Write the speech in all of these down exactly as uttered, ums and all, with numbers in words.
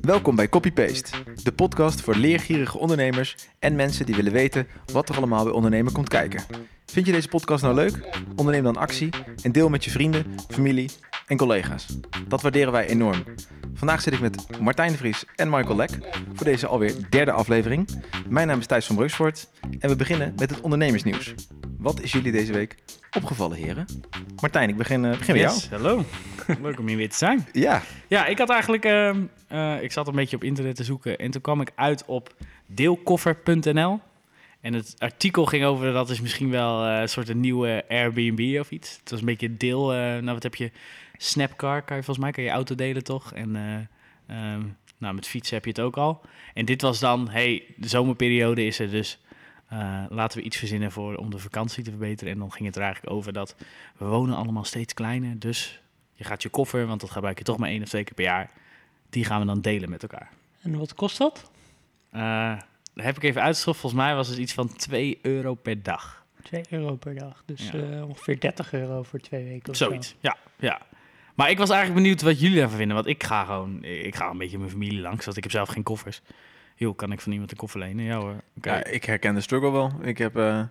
Welkom bij Copy-Paste, de podcast voor leergierige ondernemers en mensen die willen weten wat er allemaal bij ondernemen komt kijken. Vind je deze podcast nou leuk? Onderneem dan actie en deel met je vrienden, familie en collega's. Dat waarderen wij enorm. Vandaag zit ik met Martijn de Vries en Michael Lek voor deze alweer derde aflevering. Mijn naam is Thijs van Breuksvoort en we beginnen met het ondernemersnieuws. Wat is jullie deze week opgevallen, heren? Martijn, ik begin, uh, begin met yes, jou. Hallo, leuk om hier weer te zijn. Ja. Ja, ik had eigenlijk, uh, uh, ik zat een beetje op internet te zoeken en toen kwam ik uit op deelkoffer punt n l. En het artikel ging over, dat is misschien wel uh, een soort een nieuwe Airbnb of iets. Het was een beetje deel, uh, nou wat heb je, Snapcar kan je volgens mij, kan je auto delen toch? En uh, um, nou, met fietsen heb je het ook al. En dit was dan, hey, de zomerperiode is er dus, uh, laten we iets verzinnen voor om de vakantie te verbeteren. En dan ging het er eigenlijk over dat we wonen allemaal steeds kleiner, dus je gaat je koffer, want dat gebruik je toch maar één of twee keer per jaar, die gaan we dan delen met elkaar. En wat kost dat? Uh, Dat heb ik even uitgezocht. Volgens mij was het iets van twee euro per dag. twee euro per dag. Dus Ja. uh, ongeveer dertig euro voor twee weken of Zoiets, zo. ja, ja. Maar ik was eigenlijk benieuwd wat jullie daarvan vinden. Want ik ga gewoon, ik ga een beetje mijn familie langs. Want ik heb zelf geen koffers. Joh, kan ik van iemand een koffer lenen? Ja hoor. Okay. Ja, ik herken de struggle wel. Ik heb uh,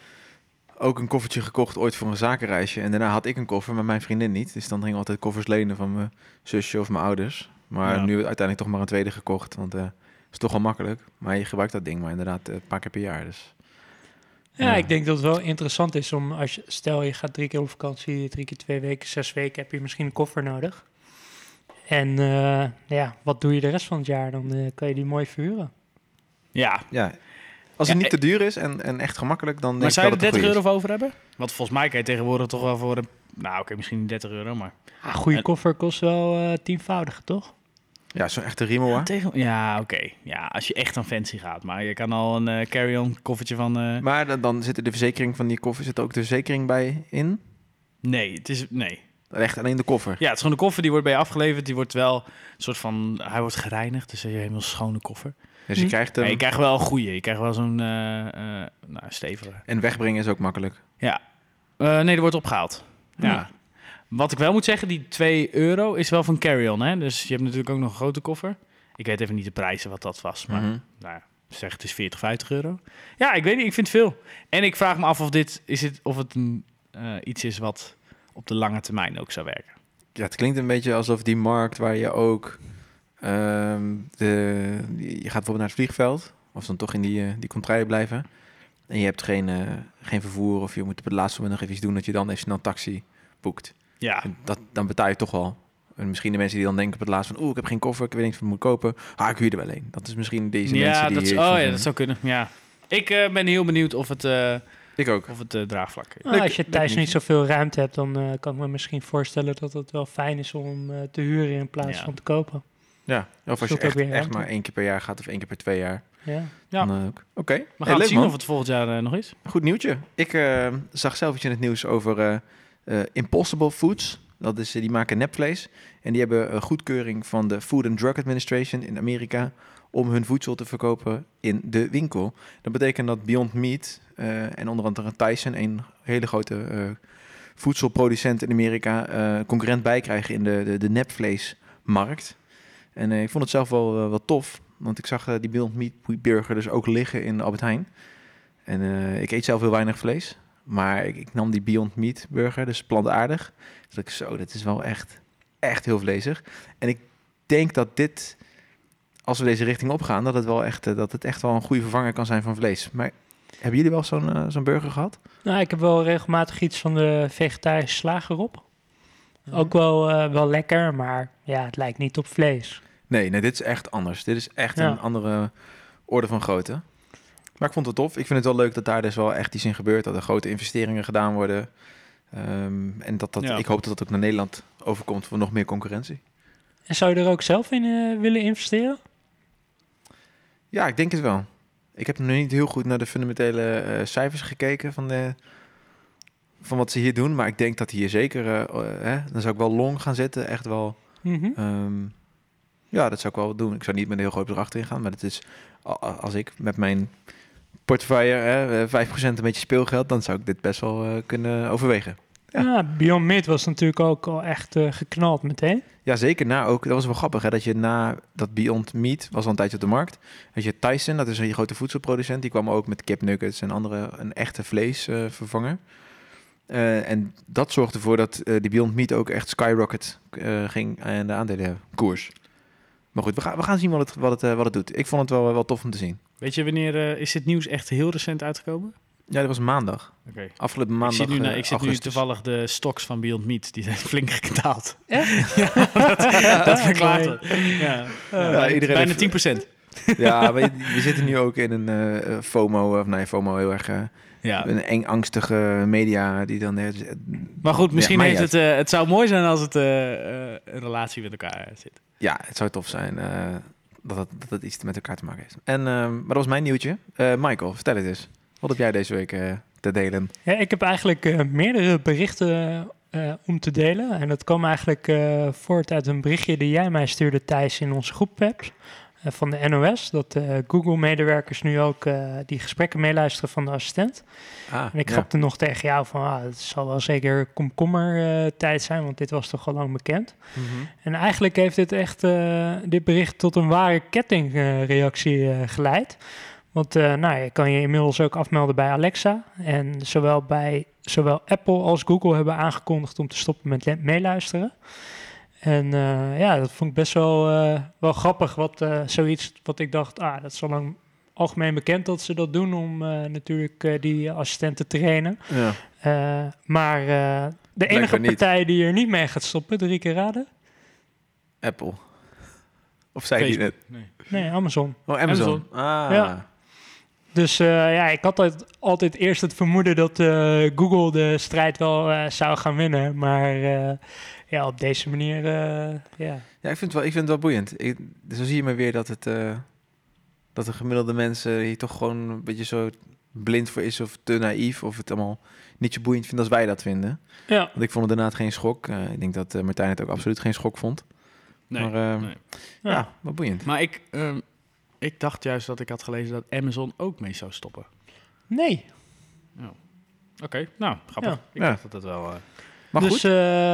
ook een koffertje gekocht ooit voor een zakenreisje. En daarna had ik een koffer, maar mijn vriendin niet. Dus dan ging ik altijd koffers lenen van mijn zusje of mijn ouders. Maar Ja. nu uiteindelijk toch maar een tweede gekocht. Want uh, is toch wel makkelijk. Maar je gebruikt dat ding maar inderdaad een paar keer per jaar. Dus. Ja, Ja. ik denk dat het wel interessant is om, als je, stel je gaat drie keer op vakantie, drie keer twee weken, zes weken, heb je misschien een koffer nodig. En uh, ja, wat doe je de rest van het jaar? Dan uh, kan je die mooi verhuren. Ja. Ja. Als Ja, het niet eh, te duur is en, en echt gemakkelijk, dan denk Maar ik zou je dat er het een dertig goeie euro voor over hebben? Want volgens mij kan je tegenwoordig toch wel voor een, nou oké, okay, misschien niet dertig euro, maar. Een goede En- koffer kost wel uh, tienvoudige, toch? is. Ja, zo'n echte Rimowa. Ja, tegen, ja oké. Okay. Ja, als je echt aan fancy gaat. Maar je kan al een uh, carry-on koffertje van. Uh, Maar dan, dan zit er de verzekering van die koffer, zit er ook de verzekering bij in? nee, het is. Nee. Echt alleen de koffer? Ja, het is gewoon een koffer, die wordt bij je afgeleverd. Die wordt wel een soort van, hij wordt gereinigd, dus je hebt een helemaal schone koffer. Dus je Hm. krijgt hem. Ja, je krijgt wel een goeie, je krijgt wel zo'n, uh, uh, nou, stevige. En wegbrengen is ook makkelijk. Ja, uh, nee, die wordt opgehaald. Ja. Ja. Wat ik wel moet zeggen, die twee euro is wel van carry-on, hè. Dus je hebt natuurlijk ook nog een grote koffer. Ik weet even niet de prijzen wat dat was, maar Mhm. nou, zeg het is veertig, vijftig euro. Ja, ik weet niet, ik vind het veel. En ik vraag me af of dit, is het, of het een, uh, iets is wat op de lange termijn ook zou werken. Ja, het klinkt een beetje alsof die markt waar je ook um, de, je gaat bijvoorbeeld naar het vliegveld, of dan toch in die, uh, die contraien blijven, en je hebt geen, uh, geen vervoer, of je moet op het laatste moment nog even iets doen, dat je dan even snel een taxi boekt. Ja, En dat, dan betaal je toch wel. En misschien de mensen die dan denken op het laatste van, oeh, ik heb geen koffer, ik weet niet wat ik moet kopen. Ah, ik huur er wel een. Dat is misschien deze ja, mensen die dat, is- hier oh van ja, vinden. dat zou kunnen. Ja. Ik uh, ben heel benieuwd of het, uh, Ik ook. of het uh, draagvlak is. Nou, Leuk- als je leuk thuis nieuwtje. niet zoveel ruimte hebt, dan uh, kan ik me misschien voorstellen dat het wel fijn is om uh, te huren in plaats Ja. van te kopen. Ja, of als Zult je ook echt, weer echt ruimte. maar één keer per jaar gaat of één keer per twee jaar. Ja. Ja. Dan, uh, Oké, okay. We gaan hey, het leuk zien man. of het volgend jaar uh, nog is. Goed nieuwtje. Ik uh, zag zelf iets in het nieuws over uh, uh, Impossible Foods. Dat is, uh, die maken nepvlees. En die hebben uh, goedkeuring van de Food and Drug Administration in Amerika om hun voedsel te verkopen in de winkel. Dat betekent dat Beyond Meat uh, en onder andere Tyson, een hele grote uh, voedselproducent in Amerika, uh, concurrent bijkrijgen in de, de, de nepvleesmarkt. En uh, ik vond het zelf wel, uh, wel tof, want ik zag uh, die Beyond Meat burger dus ook liggen in Albert Heijn. En uh, ik eet zelf heel weinig vlees. Maar ik, ik nam die Beyond Meat burger, dus plantaardig. Dus ik zo, dat is wel echt, echt heel vlezig. En ik denk dat dit, als we deze richting opgaan, dat het wel echt, uh, dat het echt wel een goede vervanger kan zijn van vlees. Maar hebben jullie wel zo'n, uh, zo'n burger gehad? Nou, ik heb wel regelmatig iets van de vegetarische slager op. Ook wel, uh, wel lekker, maar ja, het lijkt niet op vlees. Nee, nee, dit is echt anders. Dit is echt Ja. een andere orde van grootte. Maar ik vond het tof. Ik vind het wel leuk dat daar dus wel echt iets in gebeurt. Dat er grote investeringen gedaan worden. Um, en dat dat, Ja. ik hoop dat dat ook naar Nederland overkomt voor nog meer concurrentie. En zou je er ook zelf in uh, willen investeren? Ja, ik denk het wel. Ik heb nu niet heel goed naar de fundamentele uh, cijfers gekeken van, de, van wat ze hier doen. Maar ik denk dat hier zeker, uh, uh, hè, dan zou ik wel long gaan zetten. Echt wel, Mm-hmm. um, ja, dat zou ik wel doen. Ik zou niet met een heel groot bedrag erin gaan. Maar het is, als ik met mijn portefeuille, hè, vijf procent een beetje speelgeld, dan zou ik dit best wel uh, kunnen overwegen. Ja. Ja, Beyond Meat was natuurlijk ook al echt uh, geknald meteen. Ja, zeker. Na ook, dat was wel grappig, hè, dat je na dat Beyond Meat was al een tijdje op de markt. Had je Tyson, dat is een grote voedselproducent, die kwam ook met kipnuggets en andere, een echte vleesvervanger. Uh, en dat zorgde ervoor dat uh, die Beyond Meat ook echt skyrocket uh, ging en de aandelenkoers. Maar goed, we gaan, we gaan zien wat het, wat, het, uh, wat het doet. Ik vond het wel, wel tof om te zien. Weet je wanneer, uh, is dit nieuws echt heel recent uitgekomen? Ja, dat was maandag. Okay. Afgelopen maandag. Ik, zie nu, uh, ik zit nu toevallig de stocks van Beyond Meat. Die zijn flink gedaald. Echt? Ja, dat, dat verklaart het. Ja, ja, ja, iedereen bijna tien procent. Ja, we, we zitten nu ook in een uh, FOMO, of nee, FOMO heel erg... Uh, ja. Een eng angstige media die dan... Uh, maar goed, misschien ja, heeft het... Uh, het zou mooi zijn als het uh, uh, een relatie met elkaar zit. Ja, het zou tof zijn uh, dat, het, dat het iets met elkaar te maken heeft. En, uh, maar dat was mijn nieuwtje. Uh, Michael, vertel het eens. Wat heb jij deze week uh, te delen? Ja, ik heb eigenlijk uh, meerdere berichten uh, om te delen. En dat kwam eigenlijk uh, voort uit een berichtje die jij mij stuurde, Thijs, in onze groepwebs. Uh, van de N O S, dat uh, Google-medewerkers nu ook uh, die gesprekken meeluisteren van de assistent. Ah, en ik ja. grapte nog tegen jou van, ah, het zal wel zeker komkommer uh, tijd zijn, want dit was toch al lang bekend. Mm-hmm. En eigenlijk heeft dit echt, uh, dit bericht tot een ware kettingreactie uh, geleid. Want uh, nou, je kan je inmiddels ook afmelden bij Alexa. En zowel, bij, zowel Apple als Google hebben aangekondigd om te stoppen met meeluisteren. En uh, ja, dat vond ik best wel, uh, wel grappig. Wat, uh, zoiets wat ik dacht, ah, dat is al lang algemeen bekend dat ze dat doen om uh, natuurlijk uh, die assistenten te trainen. Ja. Uh, maar uh, de enige partij niet. die er niet mee gaat stoppen, drie keer raden? Apple. Of zei je net? Nee. nee, Amazon. Oh, Amazon. Amazon. Ah. Ja. Dus uh, ja, ik had altijd, altijd eerst het vermoeden dat uh, Google de strijd wel uh, zou gaan winnen. Maar uh, ja, op deze manier, uh, ja. Ja, ik vind het wel, ik vind het wel boeiend. Ik, zo zie je maar weer dat het uh, dat de gemiddelde mensen hier toch gewoon een beetje zo blind voor is of te naïef of het allemaal niet zo boeiend vindt als wij dat vinden. Ja. Want ik vond het inderdaad geen schok. Uh, ik denk dat uh, Martijn het ook absoluut geen schok vond. Nee, maar uh, nee. Ja, ja, wat boeiend. Maar ik... Um... Ik dacht juist dat ik had gelezen dat Amazon ook mee zou stoppen. Nee. Oh. Oké, okay. Nou, grappig. Ja. Ik ja. dacht dat het wel... Uh... Maar dus, goed. Uh,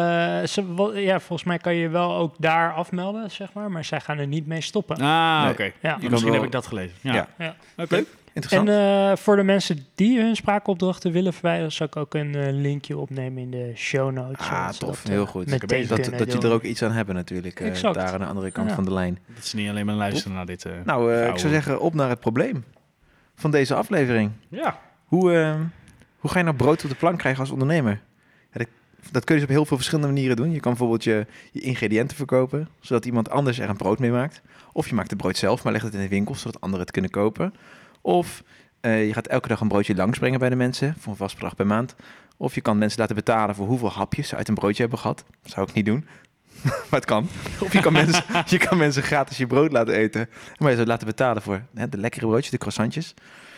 ze, ja, volgens mij kan je wel ook daar afmelden, zeg maar. Maar zij gaan er niet mee stoppen. Ah, nee. oké. Okay. Ja. Ja, misschien wel... heb ik dat gelezen. Ja. ja. ja. Oké. Okay. Interessant. En uh, voor de mensen die hun spraakopdrachten willen verwijderen, zal ik ook een uh, linkje opnemen in de show notes. Ah, tof. Dat, Heel uh, goed. Dat, dat je er ook iets aan hebben natuurlijk. Uh, daar aan de andere kant ja. van de lijn. Dat ze niet alleen maar luisteren naar dit. Uh, nou, uh, ik zou zeggen, op naar het probleem van deze aflevering. Ja. Hoe, uh, hoe ga je nou brood op de plank krijgen als ondernemer? Ja, dat, dat kun je dus op heel veel verschillende manieren doen. Je kan bijvoorbeeld je, je ingrediënten verkopen, zodat iemand anders er een brood mee maakt. Of je maakt het brood zelf, maar legt het in de winkel, zodat anderen het kunnen kopen. Of uh, je gaat elke dag een broodje langsbrengen bij de mensen, voor een vast bedrag per maand. Of je kan mensen laten betalen voor hoeveel hapjes ze uit een broodje hebben gehad. Dat zou ik niet doen, maar het kan. Of je kan, mensen, je kan mensen gratis je brood laten eten, maar je zou laten betalen voor hè, de lekkere broodjes, de croissantjes.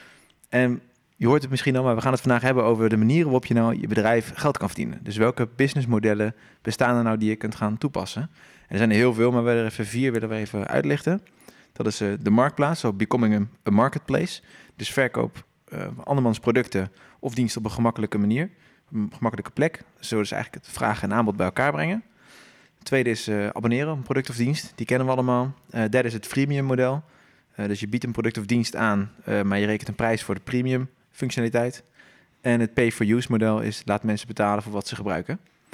En je hoort het misschien al, maar we gaan het vandaag hebben over de manieren waarop je nou je bedrijf geld kan verdienen. Dus welke businessmodellen bestaan er nou die je kunt gaan toepassen? En er zijn er heel veel, maar we er even vier willen we even uitlichten. Dat is uh, de marktplaats, zo becoming a, a marketplace. Dus verkoop uh, andermans producten of diensten op een gemakkelijke manier. Een gemakkelijke plek. Zo dus eigenlijk het vraag en aanbod bij elkaar brengen. Het tweede is uh, abonneren op een product of dienst. Die kennen we allemaal. Uh, derde is het freemium model. Uh, dus je biedt een product of dienst aan, uh, maar je rekent een prijs voor de premium functionaliteit. En het pay-for-use model is laat mensen betalen voor wat ze gebruiken.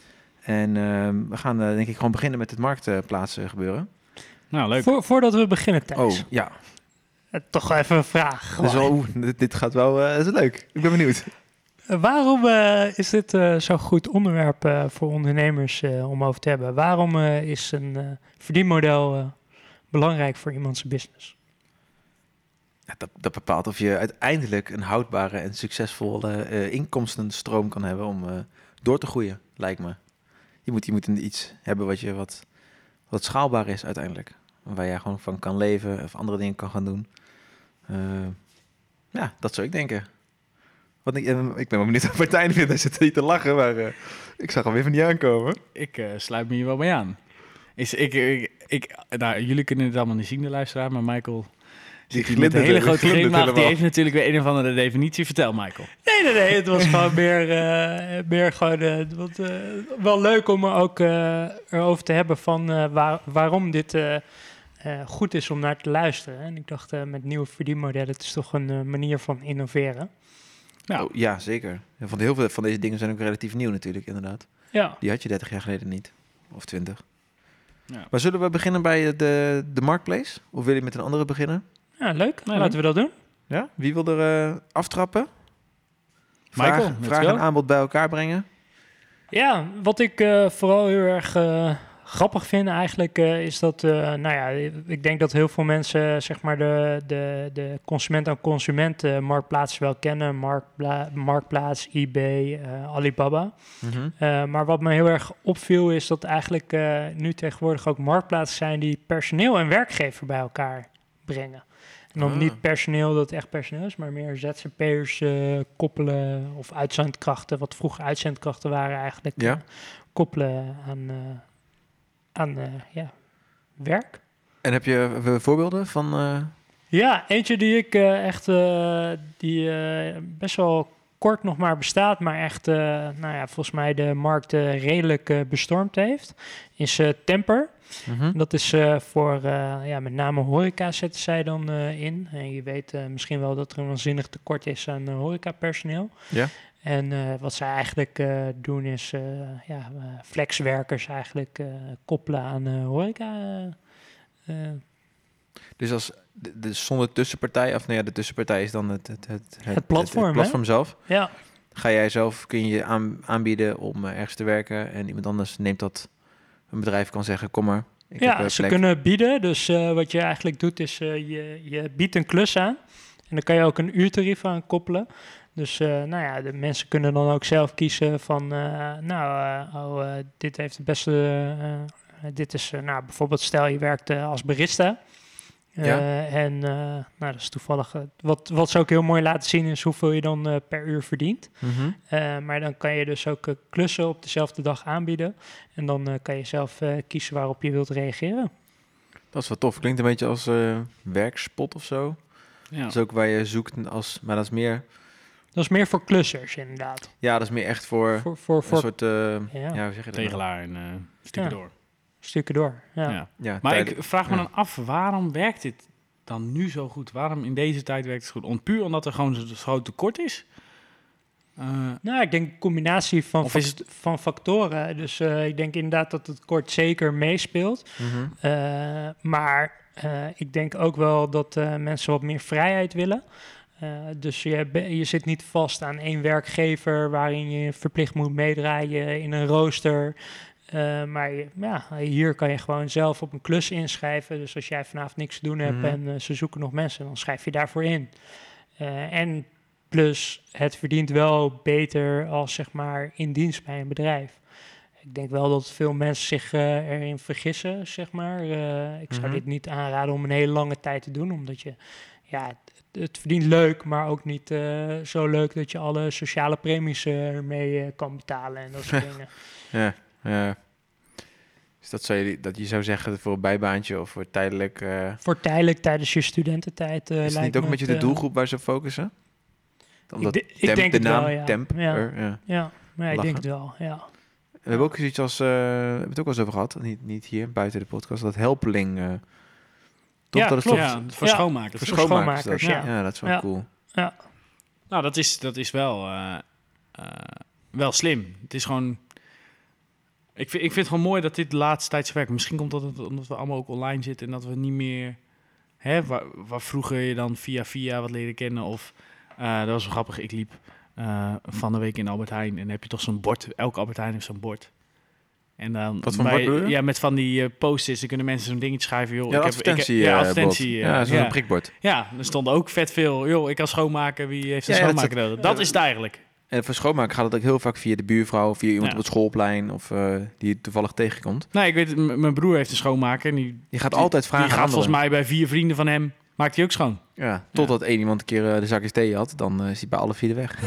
En uh, we gaan uh, denk ik gewoon beginnen met het marktplaatsen gebeuren. Nou, leuk. Voor, voordat we beginnen, Thijs. Oh, ja. Uh, toch even een vraag. Dus wel, oeh, dit, dit gaat wel, uh, is het leuk. Ik ben benieuwd. Uh, waarom uh, is dit uh, zo'n goed onderwerp uh, voor ondernemers uh, om over te hebben? Waarom uh, is een uh, verdienmodel uh, belangrijk voor iemands business? Ja, dat, dat bepaalt of je uiteindelijk een houdbare en succesvolle uh, inkomstenstroom kan hebben om uh, door te groeien, lijkt me. Je moet, je moet iets hebben wat, je, wat, wat schaalbaar is uiteindelijk. Waar jij gewoon van kan leven of andere dingen kan gaan doen. Uh, ja, dat zou ik denken. Want ik, ik ben wel benieuwd of Martijn vindt. Hij zit niet te lachen, maar uh, ik zag alweer van niet aankomen. Ik uh, sluit me hier wel mee aan. Is, ik, ik, ik, nou, jullie kunnen het allemaal niet zien, de luisteraar, maar Michael Die Die met een hele grote glundert glimlach, die helemaal. heeft natuurlijk weer een of andere definitie. Vertel, Michael. Nee, nee, nee. Het was gewoon meer, eh, meer gewoon, eh, wat, eh, wel leuk om er ook eh, erover te hebben van eh, waar, waarom dit eh, eh, goed is om naar te luisteren. En ik dacht, eh, met nieuwe verdienmodellen, het is toch een eh, manier van innoveren. Nou, Oh, ja, zeker. Ja, want heel veel van deze dingen zijn ook relatief nieuw natuurlijk, inderdaad. Ja, Die had je dertig jaar geleden niet. Of twintig. Ja. Maar zullen we beginnen bij de, de Marketplace? Of wil je met een andere beginnen? ja leuk. Nee, Laten we dat doen. Ja? Wie wil er uh, aftrappen? Vraag, Michael, let's vraag go. en aanbod bij elkaar brengen. Ja, wat ik uh, vooral heel erg uh, grappig vind eigenlijk, uh, is dat, uh, nou ja, ik denk dat heel veel mensen, zeg maar, de, de, de consument aan consument uh, marktplaatsen wel kennen. Marktpla- Marktplaats, eBay, uh, Alibaba. Mm-hmm. Uh, maar wat me heel erg opviel is dat eigenlijk uh, nu tegenwoordig ook marktplaatsen zijn die personeel en werkgever bij elkaar brengen. En dan Ah. niet personeel dat echt personeel is, maar meer Z Z P'ers uh, koppelen of uitzendkrachten, wat vroeger uitzendkrachten waren eigenlijk, Ja. uh, koppelen aan, uh, aan uh, ja, werk. En heb je uh, voorbeelden van... Uh... Ja, eentje die ik uh, echt, uh, die uh, best wel kort nog maar bestaat, maar echt, uh, nou ja, volgens mij de markt uh, redelijk uh, bestormd heeft, is uh, Temper. Mm-hmm. Dat is uh, voor, uh, ja, met name horeca zetten zij dan uh, in. En je weet uh, misschien wel dat er een waanzinnig tekort is aan uh, horecapersoneel. Ja. En uh, wat zij eigenlijk uh, doen is uh, ja, uh, flexwerkers eigenlijk uh, koppelen aan uh, horeca. Uh, uh, Dus als de, de, zonder tussenpartij, of nou ja, de tussenpartij is dan het, het, het, het, Het platform, het, het platform zelf. ja. Ga jij zelf, kun je je aan, aanbieden om uh, ergens te werken en iemand anders neemt dat, een bedrijf kan zeggen, kom maar. Ik Ja, heb, uh, ze plek. kunnen bieden. Dus uh, wat je eigenlijk doet is, uh, je, je biedt een klus aan. En dan kan je ook een uurtarief aan koppelen. Dus uh, nou ja, de mensen kunnen dan ook zelf kiezen van, uh, nou, uh, oh, uh, dit heeft het beste, uh, uh, dit is, uh, nou, bijvoorbeeld stel je werkt uh, als barista. Uh, Ja. En uh, nou, dat is toevallig, uh, wat, wat ze ook heel mooi laten zien is hoeveel je dan uh, per uur verdient. Mm-hmm. Uh, maar dan kan je dus ook uh, klussen op dezelfde dag aanbieden. En dan uh, kan je zelf uh, kiezen waarop je wilt reageren. Dat is wel tof. Klinkt een beetje als uh, werkspot of zo. Ja. Dat is ook waar je zoekt als, maar dat is meer, Dat is meer voor klussers, inderdaad. ja, dat is meer echt voor, Voor, voor, een voor soort, uh, Ja. ja. hoe zeg je dat? nou? Tegelaar en uh, stukken Ja. door. stukken door. Ja. Ja. Ja, Maar tijden- ik vraag me ja. dan af, waarom werkt dit dan nu zo goed? Waarom in deze tijd werkt het goed? Om, puur omdat er gewoon zo'n groot tekort is? Uh, Nou, ik denk een combinatie van, Of is fact- van factoren. Dus uh, ik denk inderdaad dat het kort zeker meespeelt. Mhm. Uh, maar uh, ik denk ook wel dat uh, mensen wat meer vrijheid willen. Uh, dus je, be- je zit niet vast aan één werkgever waarin je verplicht moet meedraaien in een rooster. Uh, maar je, ja, hier kan je gewoon zelf op een klus inschrijven. Dus als jij vanavond niks te doen hebt Mhm. en uh, ze zoeken nog mensen, dan schrijf je daarvoor in. Uh, en plus, het verdient wel beter als zeg maar in dienst bij een bedrijf. Ik denk wel dat veel mensen zich uh, erin vergissen, zeg maar. Uh, ik zou Mhm. dit niet aanraden om een hele lange tijd te doen, omdat je, ja, het, het verdient leuk, maar ook niet uh, zo leuk dat je alle sociale premies uh, ermee uh, kan betalen en dat soort dingen. Ja, ja. Dus dat, zou je, dat je zou zeggen voor een bijbaantje of voor tijdelijk... Uh, Voor tijdelijk tijdens je studententijd uh, is het lijkt niet ook me een beetje het, de uh, doelgroep waar ze focussen? Omdat de- ik temp, denk de het naam wel, ja. temp. Ja. er, ja. Ja, maar ik Lachen. denk het wel, ja. We hebben ook zoiets als, uh, we hebben het ook wel eens over gehad, niet, niet hier, buiten de podcast, dat helpeling. Uh, toch? Ja, dat is klopt. toch ja, voor Ja. voor schoonmakers. Voor schoonmakers. schoonmakers, dat. ja. ja, dat is wel Ja. cool. Nou, dat is, dat is wel, uh, uh, wel slim. Het is gewoon... Ik vind, ik vind het gewoon mooi dat dit de laatste tijd zo werkt. Misschien komt dat het omdat we allemaal ook online zitten en dat we niet meer... Hè, waar, waar vroeger je dan via via wat leren kennen of... Uh, dat was wel grappig. Ik liep uh, van de week in Albert Heijn en dan heb je toch zo'n bord. Elke Albert Heijn heeft zo'n bord. En dan Wat voor bij- bord bedoel je? Ja, met van die uh, post-its. Dan kunnen mensen zo'n dingetje schrijven. Joh, Ja, ik heb, advertentie. ik heb, ja, eh, advertentie. bot. uh, ja, zo'n ja. prikbord. Ja, er stond ook vet veel. Joh, ik kan schoonmaken. Wie heeft een Ja, ja, dat schoonmaker nodig? Dat is het eigenlijk. En voor schoonmaken gaat het ook heel vaak via de buurvrouw, via iemand Ja. op het schoolplein of uh, die je toevallig tegenkomt. Nee, ik weet het. m- Mijn broer heeft een schoonmaker. En die, Je gaat die- altijd vragen die gaat aan volgens anderen. mij bij vier vrienden van hem. Maakt hij ook schoon. Ja, totdat één iemand een keer uh, de zakjes thee had, dan uh, is hij bij alle vier weg.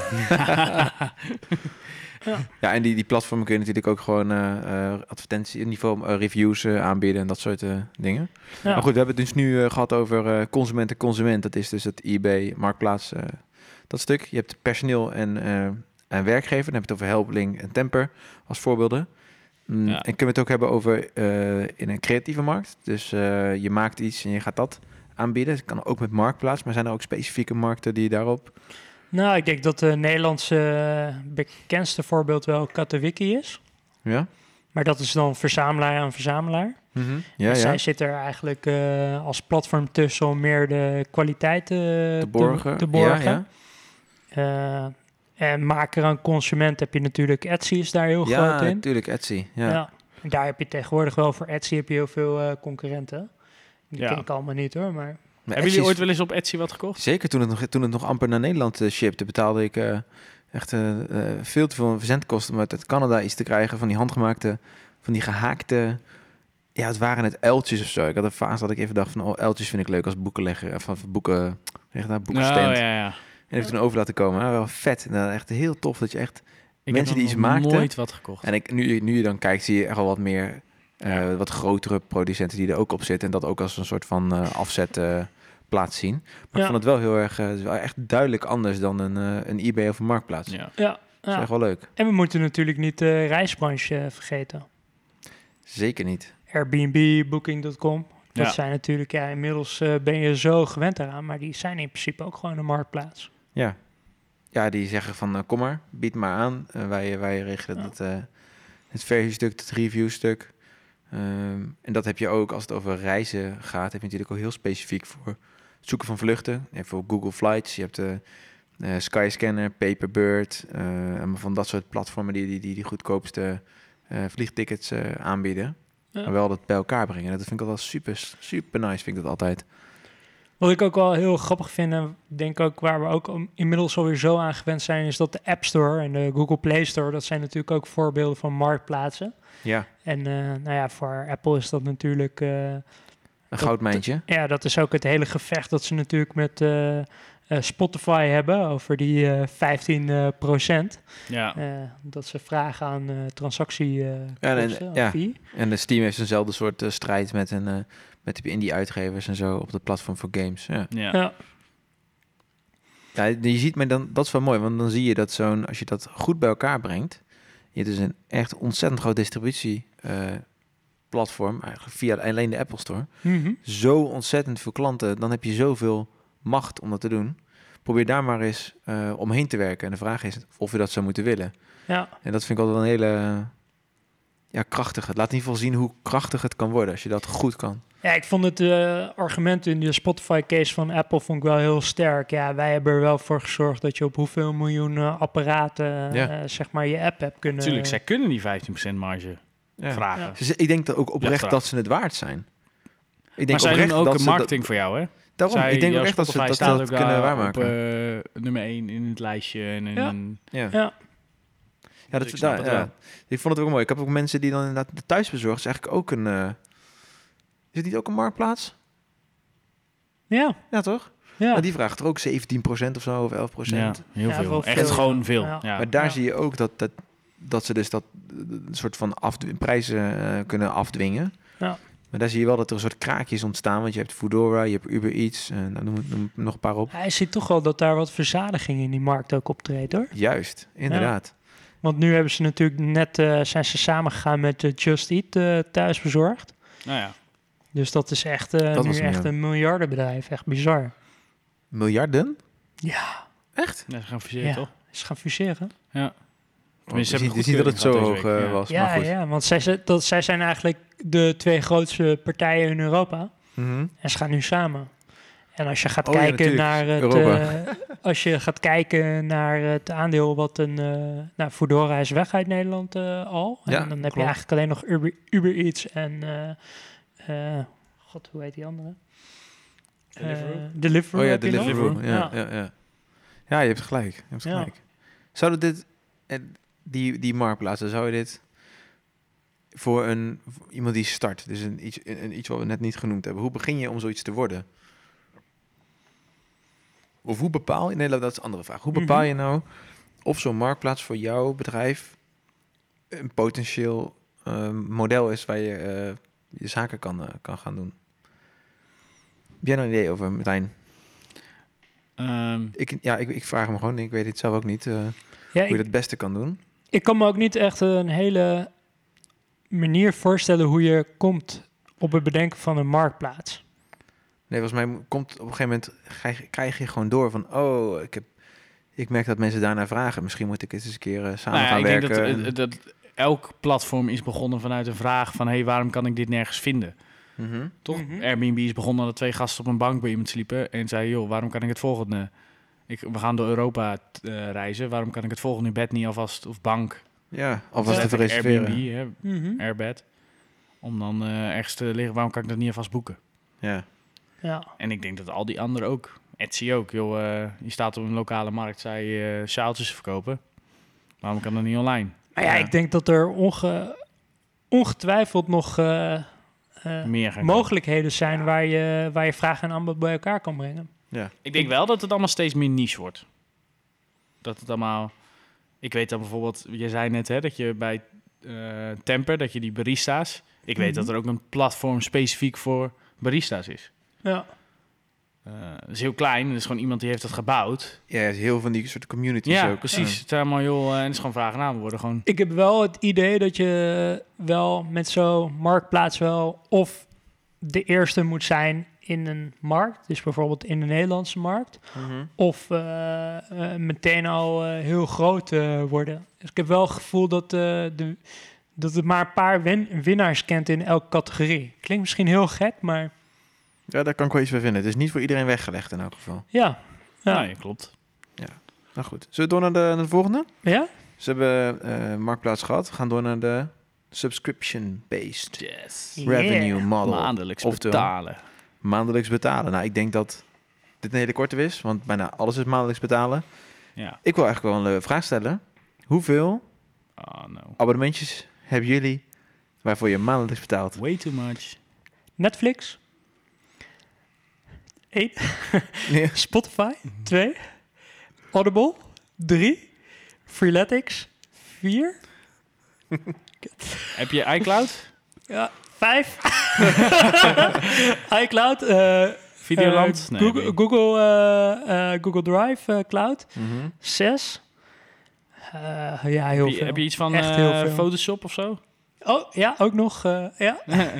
ja. ja, en die, die platformen kun je natuurlijk ook gewoon uh, uh, advertentieniveau, uh, reviews uh, aanbieden en dat soort uh, dingen. Ja. Maar goed, we hebben het dus nu uh, gehad over uh, consument en consument. Dat is dus het eBay, Marktplaats, uh, dat stuk. Je hebt personeel en, uh, en werkgever. Dan heb je het over Helpling en Temper als voorbeelden. Mm, ja. En kunnen we het ook hebben over uh, in een creatieve markt. Dus uh, je maakt iets en je gaat dat aanbieden. Het kan ook met Marktplaats, maar zijn er ook specifieke markten die daarop... Nou, ik denk dat de Nederlandse uh, bekendste voorbeeld wel Katowiki is. Ja. Maar dat is dan verzamelaar aan verzamelaar. Mm-hmm. Ja, en ja. zij zit er eigenlijk uh, als platform tussen om meer de kwaliteit uh, te borgen. Te, te borgen. Ja, ja. Uh, en maker aan consument heb je natuurlijk Etsy is daar heel ja, groot in. Ja, natuurlijk Etsy. Ja. Ja. En daar heb je tegenwoordig wel voor Etsy heb je heel veel uh, concurrenten. Die ja. ken ik allemaal niet hoor, maar... Maar hebben jullie ooit wel eens op Etsy wat gekocht? Zeker, toen het nog, toen het nog amper naar Nederland uh, shipte, betaalde ik uh, echt uh, uh, veel te veel verzendkosten om uit Canada iets te krijgen van die handgemaakte, van die gehaakte, ja, het waren het uiltjes of zo. Ik had een fase dat ik even dacht van, oh, uiltjes vind ik leuk als boekenlegger, of, of boeken, zeg daar, boekenstand. Oh, ja, ja. En heeft toen over laten komen. Nou, wel vet. Nou, echt heel tof dat je echt ik mensen die iets maakten. nooit wat gekocht. En ik, nu, nu je dan kijkt, zie je echt al wat meer, uh, ja. wat grotere producenten die er ook op zitten en dat ook als een soort van uh, afzet uh, plaats zien. Maar ja. ik vond het wel heel erg, uh, het is wel echt duidelijk anders dan een, uh, een eBay of een Marktplaats. Ja. Ja, dat is ja. echt wel leuk. En we moeten natuurlijk niet de reisbranche uh, vergeten. Zeker niet. Airbnb, Booking punt com. Dat ja. zijn natuurlijk, ja, inmiddels uh, ben je zo gewend eraan, maar die zijn in principe ook gewoon een marktplaats. Ja, ja die zeggen van uh, kom maar, bied maar aan. Uh, wij, wij regelen ja. het, uh, het verhuurstuk, het reviewstuk. Um, en dat heb je ook als het over reizen gaat. Heb je natuurlijk ook heel specifiek voor het zoeken van vluchten. Je hebt voor Google Flights, je hebt de uh, Skyscanner, Paperbird. Uh, van dat soort platformen die die, die, die goedkoopste uh, vliegtickets uh, aanbieden. Ja. Maar wel dat bij elkaar brengen. Dat vind ik altijd super, super nice, vind ik dat altijd. Wat ik ook wel heel grappig vind, en denk ook waar we ook inmiddels alweer zo aan gewend zijn, is dat de App Store en de Google Play Store, dat zijn natuurlijk ook voorbeelden van marktplaatsen. Ja. En uh, nou ja, voor Apple is dat natuurlijk... Uh, een goudmijntje. Ja, dat is ook het hele gevecht dat ze natuurlijk met uh, uh, Spotify hebben over die uh, vijftien procent. Ja. Uh, dat ze vragen aan uh, transactie uh, ja, kosten, en, ja. fee. En de Steam heeft eenzelfde soort uh, strijd met, een, uh, met de indie-uitgevers en zo op het platform voor games. Ja. Ja. ja. Ja, je ziet, maar dan, dat is wel mooi, want dan zie je dat zo'n, als je dat goed bij elkaar brengt, je hebt dus een echt ontzettend groot distributieplatform, uh, eigenlijk via alleen de Apple Store. Mm-hmm. Zo ontzettend veel klanten, dan heb je zoveel macht om dat te doen. Probeer daar maar eens uh, omheen te werken. En de vraag is of je dat zou moeten willen. Ja. En dat vind ik altijd een hele uh, ja, krachtige. Het laat in ieder geval zien hoe krachtig het kan worden als je dat goed kan. Ja, ik vond het uh, argument in de Spotify-case van Apple vond ik wel heel sterk. Ja, wij hebben er wel voor gezorgd dat je op hoeveel miljoen uh, apparaten ja. uh, zeg maar je app hebt kunnen... Tuurlijk, zij kunnen die vijftien procent marge ja. vragen. Ja. Dus ik denk dat ook oprecht ja, dat ze het waard zijn. Ik denk maar zij oprecht doen ook dat een marketing dat, voor jou, hè? Daarom, zij, ik denk ook echt dat ze dat, dat kunnen waarmaken. Op uh, nummer één in het lijstje. En in ja. Een, ja. ja. Ja, dat, dus ik, daar, ja. ik vond het ook mooi. Ik heb ook mensen die dan inderdaad de thuisbezorgd is eigenlijk ook een... Uh, is het niet ook een marktplaats? Ja. Ja, toch? Ja. Maar die vraagt er ook zeventien procent of zo, of elf procent. Ja, heel ja, veel. Echt veel. gewoon veel. Ja. Ja. Maar daar ja. zie je ook dat, dat, dat ze dus dat een soort van afdw- prijzen uh, kunnen afdwingen. Ja. Maar daar zie je wel dat er een soort kraakjes ontstaan. Want je hebt Foodora, je hebt Uber Eats. Uh, nou, noem, noem nog een paar op. Hij ziet toch wel dat daar wat verzadiging in die markt ook optreedt, hoor. Juist, inderdaad. Ja. Want nu hebben ze natuurlijk net uh, zijn ze samengegaan met uh, Just Eat uh, thuisbezorgd. Nou ja. Dus dat is echt uh, dat nu echt een, een miljardenbedrijf. Echt bizar. Miljarden? Ja. Echt? Ja, ze gaan fuseren, ja. toch? Ze gaan fuseren. Ja. Tenminste, oh, je ziet dat het zo hoog uh, ja. was. Ja, maar goed. ja, want zij, dat, zij zijn eigenlijk de twee grootste partijen in Europa. Mm-hmm. En ze gaan nu samen. En als je gaat oh, kijken ja, naar het, uh, als je gaat kijken naar het aandeel wat een, uh, nou, Foodora is weg uit Nederland uh, al. Ja, en dan heb klopt. je eigenlijk alleen nog Uber, Uber Eats en uh, uh, god, hoe heet die andere? Deliveroo. Uh, Deliveroo. Oh ja, heb je nog? Deliveroo. Ja, Ja. Ja, ja. ja, je hebt gelijk. Je hebt gelijk. Ja. Zouden dit, die, die marktplaatsen, zou je dit voor een voor iemand die start, dus een iets, een, een iets wat we net niet genoemd hebben, hoe begin je om zoiets te worden? of hoe bepaal je... Nee, dat is een andere vraag. Hoe bepaal Mhm. je nou of zo'n marktplaats voor jouw bedrijf een potentieel uh, model is waar je uh, je zaken kan, uh, kan gaan doen? Heb jij nou een idee over, Martijn? Um, Ik, ja, ik, ik vraag hem gewoon. Ik weet het zelf ook niet uh, Ja, hoe je ik, dat het beste kan doen. ik kan me ook niet echt een hele manier voorstellen hoe je komt op het bedenken van een marktplaats. Nee, volgens mij komt op een gegeven moment krijg, krijg je gewoon door van, oh, ik heb, ik merk dat mensen daarnaar vragen. Misschien moet ik eens een keer uh, samen nou ja, gaan ik werken. denk dat, en... dat, dat elk platform is begonnen vanuit een vraag van, hey, waarom kan ik dit nergens vinden? Mm-hmm. Toch? Mhm. Airbnb is begonnen dat twee gasten op een bank bij iemand sliepen en zei, joh, waarom kan ik het volgende? Ik, we gaan door Europa uh, reizen. Waarom kan ik het volgende bed niet alvast of bank? Ja, alvast Of even letterlijk reserveren. Airbnb, hè, Mhm. Airbed. Om dan uh, ergens te liggen. Waarom kan ik dat niet alvast boeken? Ja. Ja. En ik denk dat al die anderen ook. Etsy ook. Joh, uh, je staat op een lokale markt, zij uh, sjaaltjes verkopen. Waarom kan dat niet online? Maar ja, Ja. ik denk dat er onge, ongetwijfeld nog uh, uh, Meer gaan mogelijkheden zijn waar je, waar je vraag en aanbod bij elkaar kan brengen. Ja. Ik denk wel dat het allemaal steeds meer niche wordt. Dat het allemaal... Ik weet dan bijvoorbeeld... Je zei net hè, dat je bij uh, Temper, dat je die barista's... Ik weet Mhm. dat er ook een platform specifiek voor barista's is. Ja. Uh, dat is heel klein. Dat is gewoon iemand die heeft dat gebouwd. Ja, het is heel van die soort communities Ja, ook. precies. Ja. Het zijn allemaal joh, uh, en het is gewoon vraag en aanbod worden gewoon... Ik heb wel het idee dat je wel met zo'n marktplaats wel of de eerste moet zijn in een markt, dus bijvoorbeeld in de Nederlandse markt, Mhm. of uh, uh, meteen al uh, heel groot uh, worden. Dus ik heb wel het gevoel dat, uh, de, dat het maar een paar win- winnaars kent in elke categorie. Klinkt misschien heel gek, maar Ja, daar kan ik wel iets bij vinden. Het is niet voor iedereen weggelegd in elk geval. ja. Ja. Ja, ja, klopt. Nou goed, zullen we door naar de, naar de volgende? Ja? Ze hebben uh, marktplaats gehad. We gaan door naar de subscription-based Yes. revenue Yeah. model. Maandelijks Oftewel, betalen. maandelijks betalen. Nou, ik denk dat dit een hele korte is, want bijna alles is maandelijks betalen. Ja. Ik wil eigenlijk wel een uh, vraag stellen. Hoeveel Oh no. abonnementjes hebben jullie waarvoor je maandelijks betaalt? Way too much. Netflix? Eén. Ja. Spotify? Twee. Audible? Drie. Freeletics? Vier. Heb je iCloud? Ja, vijf. iCloud. Uh, Videoland? uh, Nee, Google, weet ik. Google, uh, uh, Google Drive uh, Cloud. Mhm. Zes. Uh, ja, heel heb, je, veel. heb je iets van Echt uh, heel veel. Photoshop of zo? Oh, ja, ook nog. Uh, ja.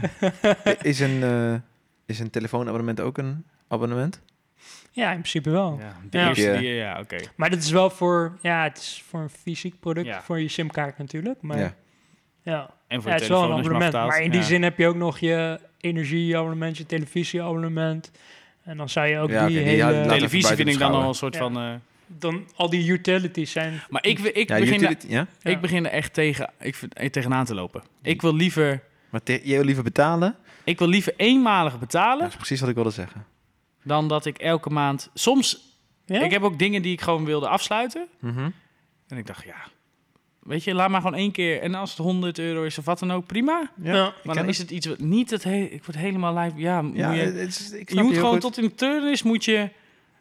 Is een, uh, is een telefoonabonnement ook een abonnement? ja, in principe wel. Ja, de Ja. eerste Ja. die... Ja, oké. Maar dat is wel voor, ja, het is voor een fysiek product, Ja. voor je simkaart natuurlijk. Maar Ja. ja. En voor Ja, je het is wel een telefoon als je maar abonnement. betaalt. Maar in die Ja. zin heb je ook nog je energieabonnement, je televisieabonnement. En dan zou je ook Ja, die oké, die hele... hadden- laten we Televisie buiten vind ik dan nog beschouwen. wel een soort Ja. van... uh, dan al die utilities zijn... maar ik, ik, Ja, begin er, utility, ja? Ja. ik begin er echt tegen, ik, vind- eh, tegenaan te lopen. Ik wil liever... Maar te- je wil liever betalen? Ik wil liever eenmalig Dat betalen is precies wat ik wilde zeggen. dan dat ik elke maand... Soms... Ja? Ik heb ook dingen die ik gewoon wilde afsluiten. Mhm. En ik dacht, ja... Weet je, laat maar gewoon één keer... En als het honderd euro is of wat dan ook, prima. Ja, Ja. ik Maar ken dan is het iets wat niet het hele... Ik word helemaal live... Ja, Ja, moet je, het is, ik je snap moet heel gewoon goed. tot in de turnis moet je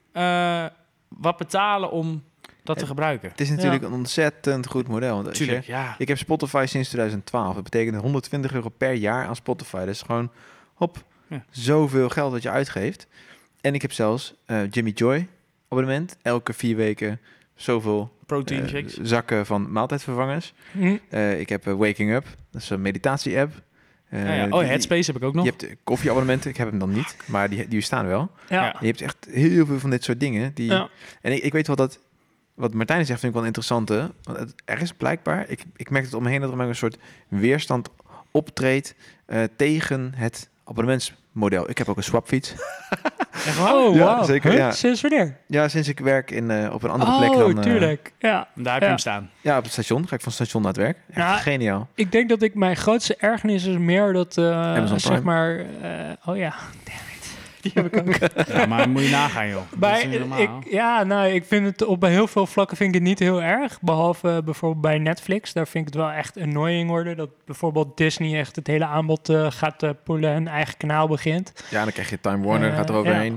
uh, wat betalen om dat te Het- gebruiken. Het is natuurlijk een ontzettend goed model. Want als je- Tuurlijk, ja. ik heb Spotify sinds twintig twaalf. Dat betekent honderdtwintig euro per jaar aan Spotify. Dat is gewoon, hop, Ja. zoveel geld dat je uitgeeft. En ik heb zelfs uh, Jimmy Joy abonnement. Elke vier weken zoveel Protein uh, shakes. zakken van maaltijdvervangers. Hm. Uh, ik heb uh, Waking Up. Dat is een meditatie-app. Uh, Ja, ja. Oh, die- Headspace heb ik ook nog. Je hebt uh, koffieabonnementen. Ik heb hem dan niet. Maar die, die staan wel. Ja. Ja. Je hebt echt heel veel van dit soort dingen. Die, Ja. En ik, ik weet wel dat... Wat Martijn zegt vind ik wel een interessante. Want het, er is blijkbaar... Ik, ik merk het om me heen dat er maar een soort weerstand optreedt... Uh, tegen het abonnementsmodel. Ik heb ook een swapfiets. Echt waar? Oh, Ja, wauw. zeker, Huh? ja. Sinds wanneer? Ja, sinds ik werk in, uh, op een andere Oh, plek dan... uh, tuurlijk. Ja. Daar heb je Ja. hem staan. Ja, op het station. Ga ik van het station naar het werk. Echt Ja. geniaal. Ik denk dat ik mijn grootste ergernis is meer dat, uh, Amazon zeg Prime. maar... uh, oh ja, damn it. Die heb ik ook. Ja, maar moet je nagaan, joh. Dat Bij, is niet normaal. ik, ja, nou, ik vind het op bij heel veel vlakken vind ik het niet heel erg. Behalve uh, bijvoorbeeld bij Netflix. Daar vind ik het wel echt annoying worden. Dat bijvoorbeeld Disney echt het hele aanbod uh, gaat uh, poelen en eigen kanaal begint. Ja, dan krijg je Time Warner, Uh, gaat er overheen.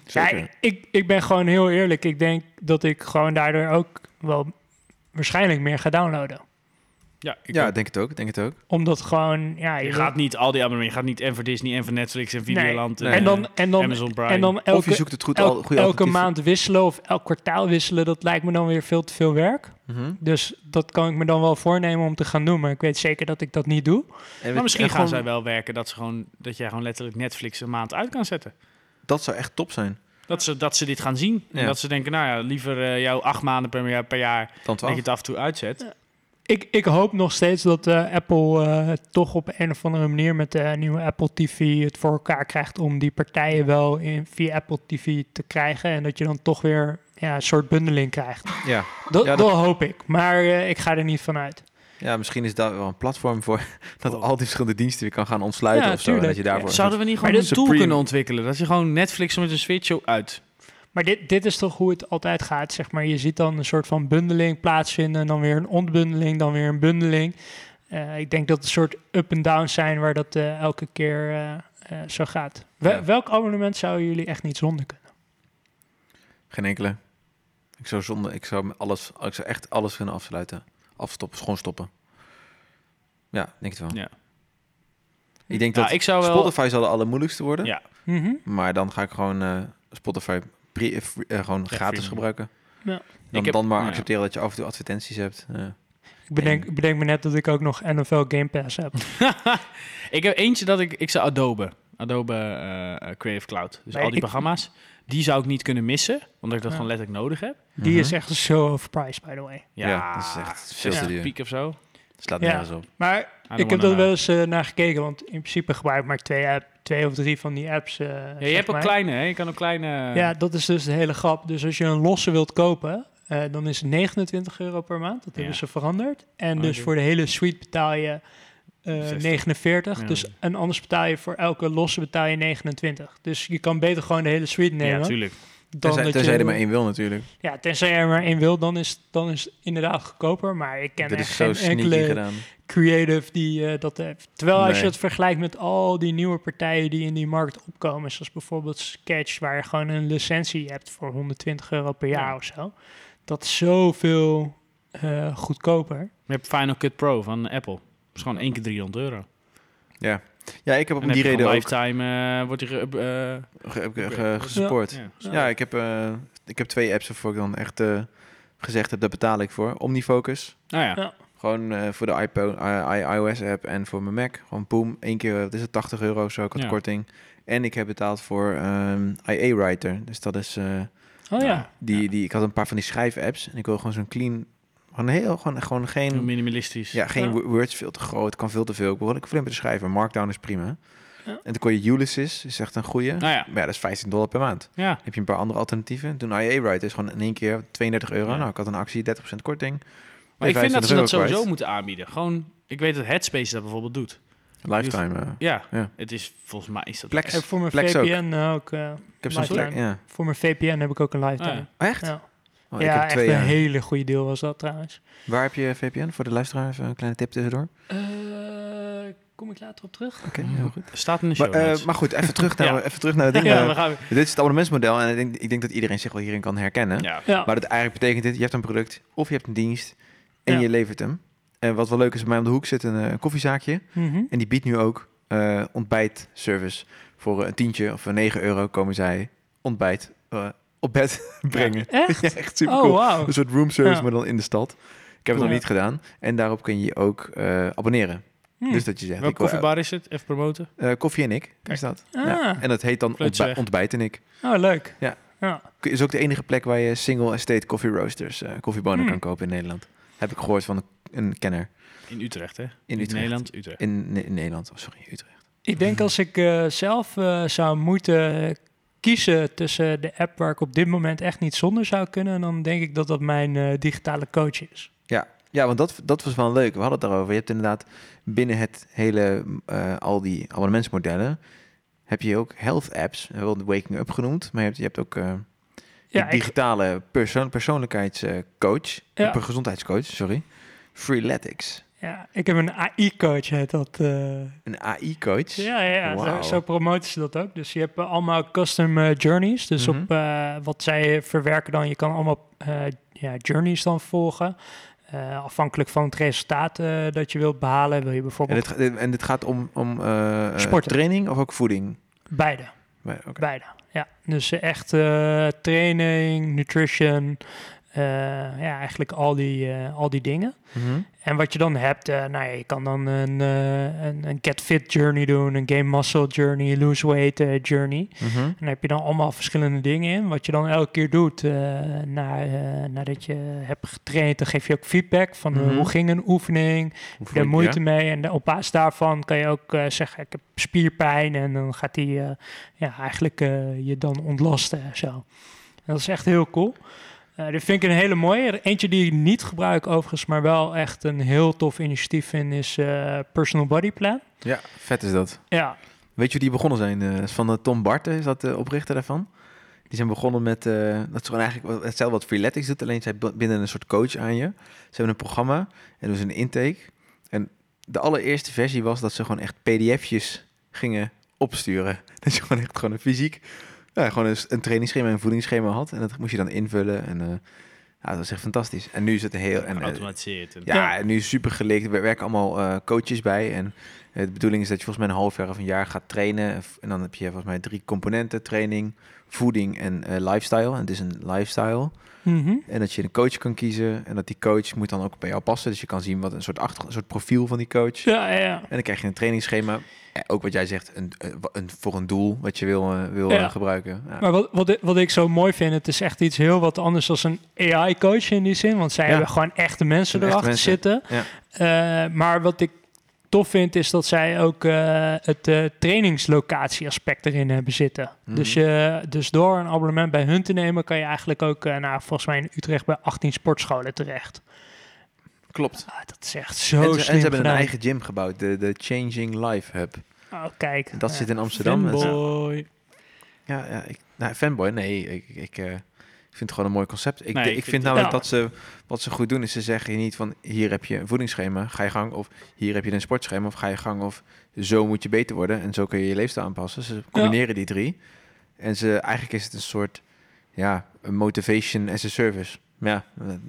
Ja, Zeker. ik, ik ben gewoon heel eerlijk. Ik denk dat ik gewoon daardoor ook wel waarschijnlijk meer ga downloaden. Ja, ik Ja, ook. denk het ook, denk het ook. Omdat gewoon, ja... je wil- gaat niet al die abonnementen, je gaat niet en voor Disney en voor Netflix en Videoland Nee. en, En dan, en dan, Amazon Prime. en dan Of je elke, zoekt het goed elk- al goede elke alternatieven. maand wisselen of elk kwartaal wisselen, dat lijkt me dan weer veel te veel werk. Mhm. Dus dat kan ik me dan wel voornemen om te gaan doen. Maar ik weet zeker dat ik dat niet doe. En maar misschien en gaan gewoon- zij wel werken dat, ze gewoon, dat jij gewoon letterlijk Netflix een maand uit kan zetten. Dat zou echt top zijn. Dat ze, dat ze dit gaan zien. En Ja. dat ze denken, nou ja, liever eh jou acht maanden per jaar, per jaar Dan dat twaalf. je het af en toe uitzet. Ik, ik hoop nog steeds dat eh, Apple eh, toch op een of andere manier met de nieuwe Apple T V het voor elkaar krijgt om die partijen wel in, via Apple T V te krijgen. En dat je dan toch weer ja, een soort bundeling krijgt. Ja. Dat, Ja, dat- dat hoop ik. Maar eh, ik ga er niet van uit. ja, misschien is dat wel een platform voor dat Oh. al die verschillende diensten weer kan gaan ontsluiten Ja, of zo. En dat tuurlijk. je daarvoor Ja. Zouden we niet Maar gewoon een dit- tool Supreme- kunnen ontwikkelen? Dat je gewoon Netflix met een switch zo uit. Maar dit, dit is toch hoe het altijd gaat, zeg maar. Je ziet dan een soort van bundeling plaatsvinden, en dan weer een ontbundeling, dan weer een bundeling. Eh, ik denk dat het een soort up en down zijn waar dat eh, elke keer eh, eh, zo gaat. Wel- Ja. Welk abonnement zouden jullie echt niet zonder kunnen? Geen enkele. Ik zou zonder, ik zou alles, ik zou echt alles kunnen afsluiten. Afstoppen, gewoon stoppen. Ja, denk het wel. Ja. Ik denk Ja, dat ik zou wel- Spotify zal de allermoeilijkste worden. Ja. Mhm. Maar dan ga ik gewoon eh, Spotify pre- eh, free- eh, gewoon Ja, gratis freemium. gebruiken. Ja. Dan, Ik heb- dan maar ja. accepteren dat je af en toe advertenties hebt. Ja. Ik bedenk, ik bedenk me net dat ik ook nog N F L Game Pass heb. Ik heb eentje dat ik... Ik zou Adobe. Adobe eh, eh, Creative Cloud. Dus Nee, al die ik- programma's. Die zou ik niet kunnen missen. Omdat ik dat Ja. gewoon letterlijk nodig heb. Die Mhm. is echt zo overpriced, by the way. Ja, Ja, dat is echt veel te zestig duur. piek of zo. Slaat Ja. nergens op. Maar I don't ik heb wanna er wel know. eens eh, naar gekeken, want in principe gebruik ik maar twee, app, twee of drie van die apps. eh, Ja, je zeg hebt ook maar. kleine, hè? Je kan ook kleine... Ja, dat is dus de hele grap. Dus als je een losse wilt kopen, eh, dan is het negenentwintig euro per maand. Dat hebben Ja. ze veranderd. En Oh, dus oké. voor de hele suite betaal je eh, zestig. negenenveertig. Ja. Dus, en anders betaal je voor elke losse betaal je negenentwintig. Dus je kan beter gewoon de hele suite nemen. Ja, natuurlijk. dan Tenzij, dat tenzij je, je er maar één wil natuurlijk. Ja, tenzij je er maar één wil, dan is, dan is het inderdaad goedkoper. Maar ik ken Dit echt is zo geen sneaky enkele gedaan. creative die eh, dat heeft. Terwijl als je Nee. het vergelijkt met al die nieuwe partijen die in die markt opkomen, zoals bijvoorbeeld Sketch, waar je gewoon een licentie hebt voor honderdtwintig euro per jaar Ja. of zo. Dat is zoveel eh, goedkoper. Je hebt Final Cut Pro van Apple. Dat is gewoon één keer driehonderd euro. Ja. ja, ik heb om En die heb je reden gewoon ook lifetime eh, wordt die ge- eh, ge- ge- ge- Oké. gesupport. ja. Ja, ik, heb, eh, ik heb twee apps waarvoor ik dan echt eh, gezegd heb, daar betaal ik voor. Omnifocus. Nou ja. Ja. Gewoon eh, voor de iPhone, i- i- iOS-app en voor mijn Mac. Gewoon boom, één keer, wat is het, tachtig euro of zo, ik had Ja. korting. En ik heb betaald voor ehm, I A-Writer. Dus dat is, eh, Oh ja. Ja. die, Ja. die, ik had een paar van die schrijf-apps. En ik wil gewoon zo'n clean, gewoon heel, gewoon, gewoon Heel geen, minimalistisch. ja, geen Ja. wo- Word is veel te groot, kan veel te veel. Ik wil ik alleen maar te schrijven. Markdown is prima. Ja. En toen kon je Ulysses, is echt een goeie. Nou ja. Maar ja, dat is vijftien dollar per maand. Ja. Heb je een paar andere alternatieven? Toen I A-Writer is gewoon in één keer tweeëndertig euro. Ja. Nou, ik had een actie, dertig procent korting. Maar ik vind dat ze dat vijfentwintig euro sowieso kwijt. moeten aanbieden. Gewoon, ik weet dat Headspace dat bijvoorbeeld doet. Lifetime. eh. Ja, Ja. het is volgens mij is dat... Plex. En voor mijn Plex V ook. P N ook. ook eh, Ik heb zo'n Lifetime. plek. Ja. voor mijn V P N heb ik ook een lifetime. Ah, Echt? Ja, Oh, ik ja heb echt twee een jaar. hele goede deal was dat trouwens. Waar heb je V P N? Voor de luisteraar even een kleine tip tussendoor. Eh, kom ik later op terug? Oké, heel goed. Staat in de Maar, show eh, notes. maar goed, even terug naar, Ja. even terug naar het ding. Ja, Eh, we gaan... Dit is het abonnementsmodel en ik denk, ik denk dat iedereen zich wel hierin kan herkennen. Ja. Ja. Maar dat eigenlijk betekent dit, je hebt een product of je hebt een dienst en Ja. je levert hem. En wat wel leuk is, bij mij om de hoek zit een, eh, koffiezaakje. Mhm. En die biedt nu ook eh, ontbijtservice. Voor een tientje of voor negen euro komen zij ontbijt eh, op bed brengen. Echt? Ja, echt super Oh, cool. wauw. Een soort room service, Ja. maar dan in de stad. Ik heb het Cool. nog niet gedaan. En daarop kun je je ook eh, abonneren. Hm. Dus dat je zegt, Welke ik wil, koffiebar is het? Even promoten. eh, koffie en ik, is dat. Ah. Ja. En dat heet dan Kleutsweg. ontbij- ontbijt en ik. Oh, leuk. Ja. Ja. Is ook de enige plek waar je single estate coffee roasters, eh, koffiebonen Hmm. kan kopen in Nederland. Heb ik gehoord van een, een kenner In Utrecht, hè? in Niet Utrecht. Nederland, Utrecht. In, Ne- in Nederland, oh, sorry, Utrecht. Ik denk als ik eh, zelf eh, zou moeten kiezen tussen de app waar ik op dit moment echt niet zonder zou kunnen, dan denk ik dat dat mijn eh, digitale coach is. Ja, want dat, dat was wel leuk. We hadden het daarover. Je hebt inderdaad binnen het hele, eh, al die abonnementsmodellen, heb je ook health apps. We hebben de Waking Up genoemd, maar je hebt, je hebt ook eh, Ja, de ik, digitale persoon, persoonlijkheidscoach, Ja. eh, gezondheidscoach, sorry. Freeletics. Ja, ik heb een A I-coach, heet dat. Uh... Een A I-coach? Ja, ja, ja. Wow. Zo, zo promoten ze dat ook. Dus je hebt uh, allemaal custom uh, journeys. Dus mm-hmm. op uh, wat zij verwerken dan, je kan allemaal uh, ja, journeys dan volgen. Uh, afhankelijk van het resultaat uh, dat je wilt behalen. Wil je bijvoorbeeld... En dit, en dit gaat om, om uh, training of ook voeding? Beide. Be- okay. Beide, ja. Dus uh, echt uh, training, nutrition... Uh, ja, eigenlijk al die, uh, al die dingen. Mm-hmm. En wat je dan hebt, uh, nou ja, je kan dan een, uh, een, een Get Fit journey doen, een Gain Muscle journey, Lose Weight uh, journey. Mm-hmm. En daar heb je dan allemaal verschillende dingen in. Wat je dan elke keer doet, uh, na, uh, nadat je hebt getraind, dan geef je ook feedback van mm-hmm. uh, hoe ging een oefening, heb je er moeite ja? mee. En op basis daarvan kan je ook uh, zeggen, ik heb spierpijn. En dan gaat die uh, ja, eigenlijk uh, je dan ontlasten. Zo. En dat is echt heel cool. Uh, dit vind ik een hele mooie. Eentje die ik niet gebruik overigens, maar wel echt een heel tof initiatief vind, is uh, Personal Body Plan. Ja, vet is dat. Ja. Weet je hoe die begonnen zijn? Uh, van uh, Tom Barten, is dat de oprichter daarvan? Die zijn begonnen met, uh, dat is gewoon eigenlijk hetzelfde wat Freeletics doet, alleen zij binden een soort coach aan je. Ze hebben een programma en doen ze een intake. En de allereerste versie was dat ze gewoon echt P D F'jes gingen opsturen. Dat je gewoon echt gewoon een fysiek... Ja, gewoon een, een trainingsschema en een voedingsschema had. En dat moest je dan invullen. En uh, ja, dat was echt fantastisch. En nu is het heel... En, geautomatiseerd. Uh, ja, en nu is het super gelicht. Er werken allemaal uh, coaches bij. En uh, de bedoeling is dat je volgens mij een half jaar of een jaar gaat trainen. En dan heb je volgens mij drie componenten. Training, voeding en uh, lifestyle. En het is een lifestyle. Mm-hmm. En dat je een coach kan kiezen. En dat die coach moet dan ook bij jou passen. Dus je kan zien wat een soort, achter, een soort profiel van die coach. Ja, ja. En dan krijg je een trainingsschema. Ja, ook wat jij zegt, een, een, een, voor een doel wat je wil, uh, wil ja. uh, gebruiken. Ja. Maar wat, wat, wat ik zo mooi vind, het is echt iets heel wat anders dan een A I-coach in die zin. Want zij ja. hebben gewoon echte mensen echte erachter mensen. zitten. Ja. Uh, maar wat ik tof vind, is dat zij ook uh, het uh, trainingslocatie-aspect erin hebben zitten. Mm. Dus, uh, dus door een abonnement bij hun te nemen, kan je eigenlijk ook, uh, nou, volgens mij in Utrecht bij achttien sportscholen terecht. Klopt. Ah, dat is echt zo en ze, slim en ze hebben gedaan. een eigen gym gebouwd, de, de Changing Life Hub. Oh, kijk. En dat ja. zit in Amsterdam. Fanboy. Ja, ja ik, nou, fanboy, nee. Ik, ik, uh, ik vind het gewoon een mooi concept. Ik, nee, ik, ik ik vind vind namelijk ja. dat ze, wat ze goed doen, is ze zeggen niet van, hier heb je een voedingsschema, ga je gang. Of hier heb je een sportschema, of ga je gang. Of zo moet je beter worden en zo kun je je leefstijl aanpassen. Ze combineren ja. die drie. En ze, eigenlijk is het een soort, ja, een motivation as a service. Ja,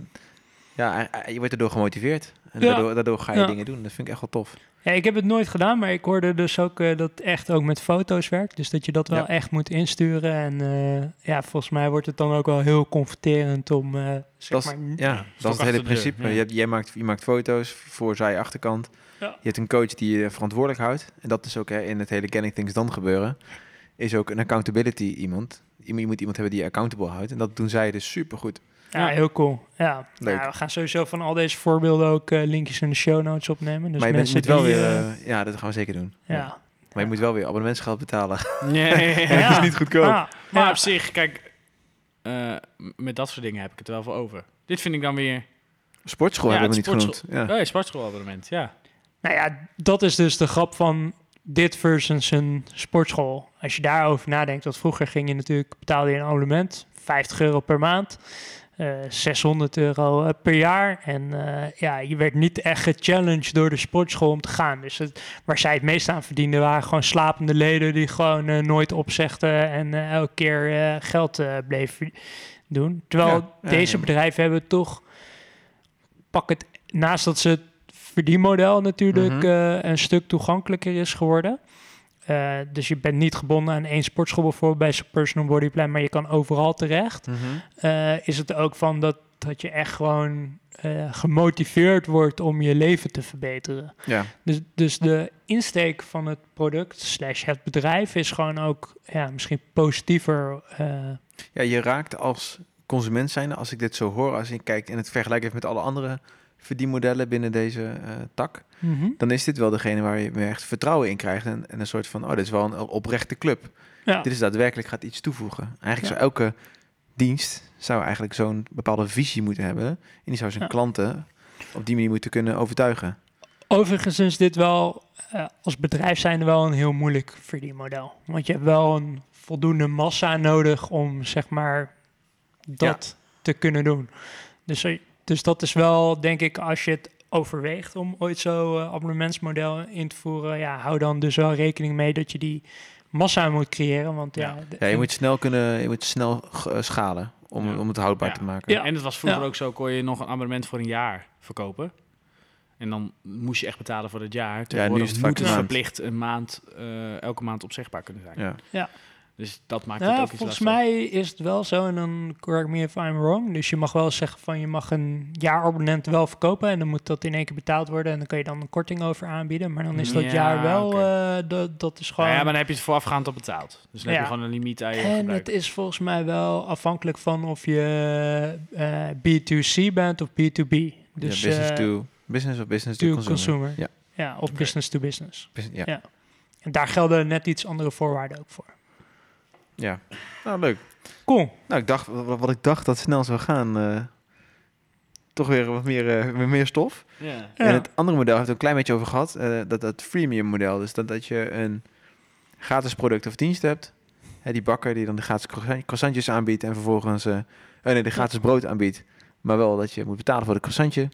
ja, je wordt erdoor gemotiveerd. En ja. daardoor, daardoor ga je ja. dingen doen. Dat vind ik echt wel tof. Ja, ik heb het nooit gedaan, maar ik hoorde dus ook uh, dat het echt ook met foto's werkt. Dus dat je dat wel ja. echt moet insturen. En uh, ja, volgens mij wordt het dan ook wel heel confronterend om, uh, zeg dat maar... Is, ja, dat is het hele principe. Ja. Je, hebt, jij maakt, je maakt foto's voor zij achterkant. Ja. Je hebt een coach die je verantwoordelijk houdt. En dat is ook hè, in het hele Getting Things Done gebeuren. Is ook een accountability iemand. Je moet iemand hebben die je accountable houdt. En dat doen zij dus supergoed. Ja, heel cool. Ja. Ja, we gaan sowieso van al deze voorbeelden ook uh, linkjes in de show notes opnemen. Dus maar je mensen moet wel die, weer... Uh, ja, dat gaan we zeker doen. Ja. ja. Maar je ja. moet wel weer abonnementsgeld betalen. Nee, ja. Dat is niet goedkoop. Ah, maar ja. op zich, kijk... Uh, met dat soort dingen heb ik het wel voor over. Dit vind ik dan weer... Sportschool ja, hebben we niet sportschool, genoemd. Ja, oh, ja sportschoolabonnement, ja. Nou ja, dat is dus de grap van dit versus een sportschool. Als je daarover nadenkt, want vroeger ging je natuurlijk... betaalde je een abonnement, vijftig euro per maand... Uh, zeshonderd euro uh, per jaar. En uh, ja, je werd niet echt gechallenged door de sportschool om te gaan. Dus het, waar zij het meest aan verdienden waren gewoon slapende leden die gewoon uh, nooit opzegden en uh, elke keer uh, geld uh, bleven doen. Terwijl ja, ja, deze ja. bedrijven hebben toch, pak het, naast dat ze het verdienmodel natuurlijk mm-hmm. uh, een stuk toegankelijker is geworden. Uh, dus je bent niet gebonden aan één sportschool bijvoorbeeld bij zo'n personal body plan, maar je kan overal terecht. Mm-hmm. Uh, is het ook van dat, dat je echt gewoon uh, gemotiveerd wordt om je leven te verbeteren. Ja. Dus, dus de insteek van het product slash het bedrijf is gewoon ook ja, misschien positiever. Uh, ja, je raakt als consument zijnde, als ik dit zo hoor, als je kijkt en het vergelijkt heeft met alle andere verdienmodellen binnen deze uh, tak, mm-hmm. dan is dit wel degene waar je meer echt vertrouwen in krijgt en, en een soort van, oh, dit is wel een oprechte club. Ja. Dit is daadwerkelijk gaat iets toevoegen. Eigenlijk ja. zou elke dienst zou eigenlijk zo'n bepaalde visie moeten hebben en die zou zijn ja. klanten op die manier moeten kunnen overtuigen. Overigens is dit wel, uh, als bedrijf zijnde wel een heel moeilijk verdienmodel. Want je hebt wel een voldoende massa nodig om, zeg maar, dat ja. te kunnen doen. Dus, dus dat is wel, denk ik, als je het overweegt om ooit zo'n uh, abonnementsmodel in te voeren, ja, hou dan dus wel rekening mee dat je die massa moet creëren. Want ja, Ja. de- Ja, je moet snel kunnen, je moet snel uh, schalen om, Ja. om het houdbaar Ja. te maken. Ja. En het was vroeger Ja. ook zo, kon je nog een abonnement voor een jaar verkopen. En dan moest je echt betalen voor het jaar. Tegenwoordig is het vaak moet het een maand. verplicht een maand, uh, elke maand opzegbaar kunnen zijn. Ja. Dus dat maakt Ja, het ook iets volgens lastiger. mij is het wel zo, en dan correct me if I'm wrong. Dus je mag wel zeggen van je mag een jaarabonnement wel verkopen en dan moet dat in één keer betaald worden en dan kan je dan een korting over aanbieden. Maar dan is dat Ja, jaar wel, oké. uh, dat, dat is gewoon... Ja, maar dan heb je het voorafgaand op betaald. Dus dan Ja. heb je gewoon een limiet aan je En gebruik. het is volgens mij wel afhankelijk van of je uh, B twee C bent of B twee B. Dus ja, business uh, to business of business to, to consumer. consumer. Ja. Ja, of Oké. business to business. Bus- ja. Ja. En daar gelden net iets andere voorwaarden ook voor. ja. Nou, leuk. Cool. Nou, ik dacht, wat, wat ik dacht dat snel zou gaan, uh, toch weer wat meer, uh, weer meer stof. Ja. Ja. En het andere model heeft het een klein beetje over gehad, uh, dat dat freemium model. Dus dat, dat je een gratis product of dienst hebt. Hè, die bakker die dan de gratis croissant- croissantjes aanbiedt en vervolgens uh, uh, nee, de gratis brood aanbiedt. Maar wel dat je moet betalen voor de croissantje.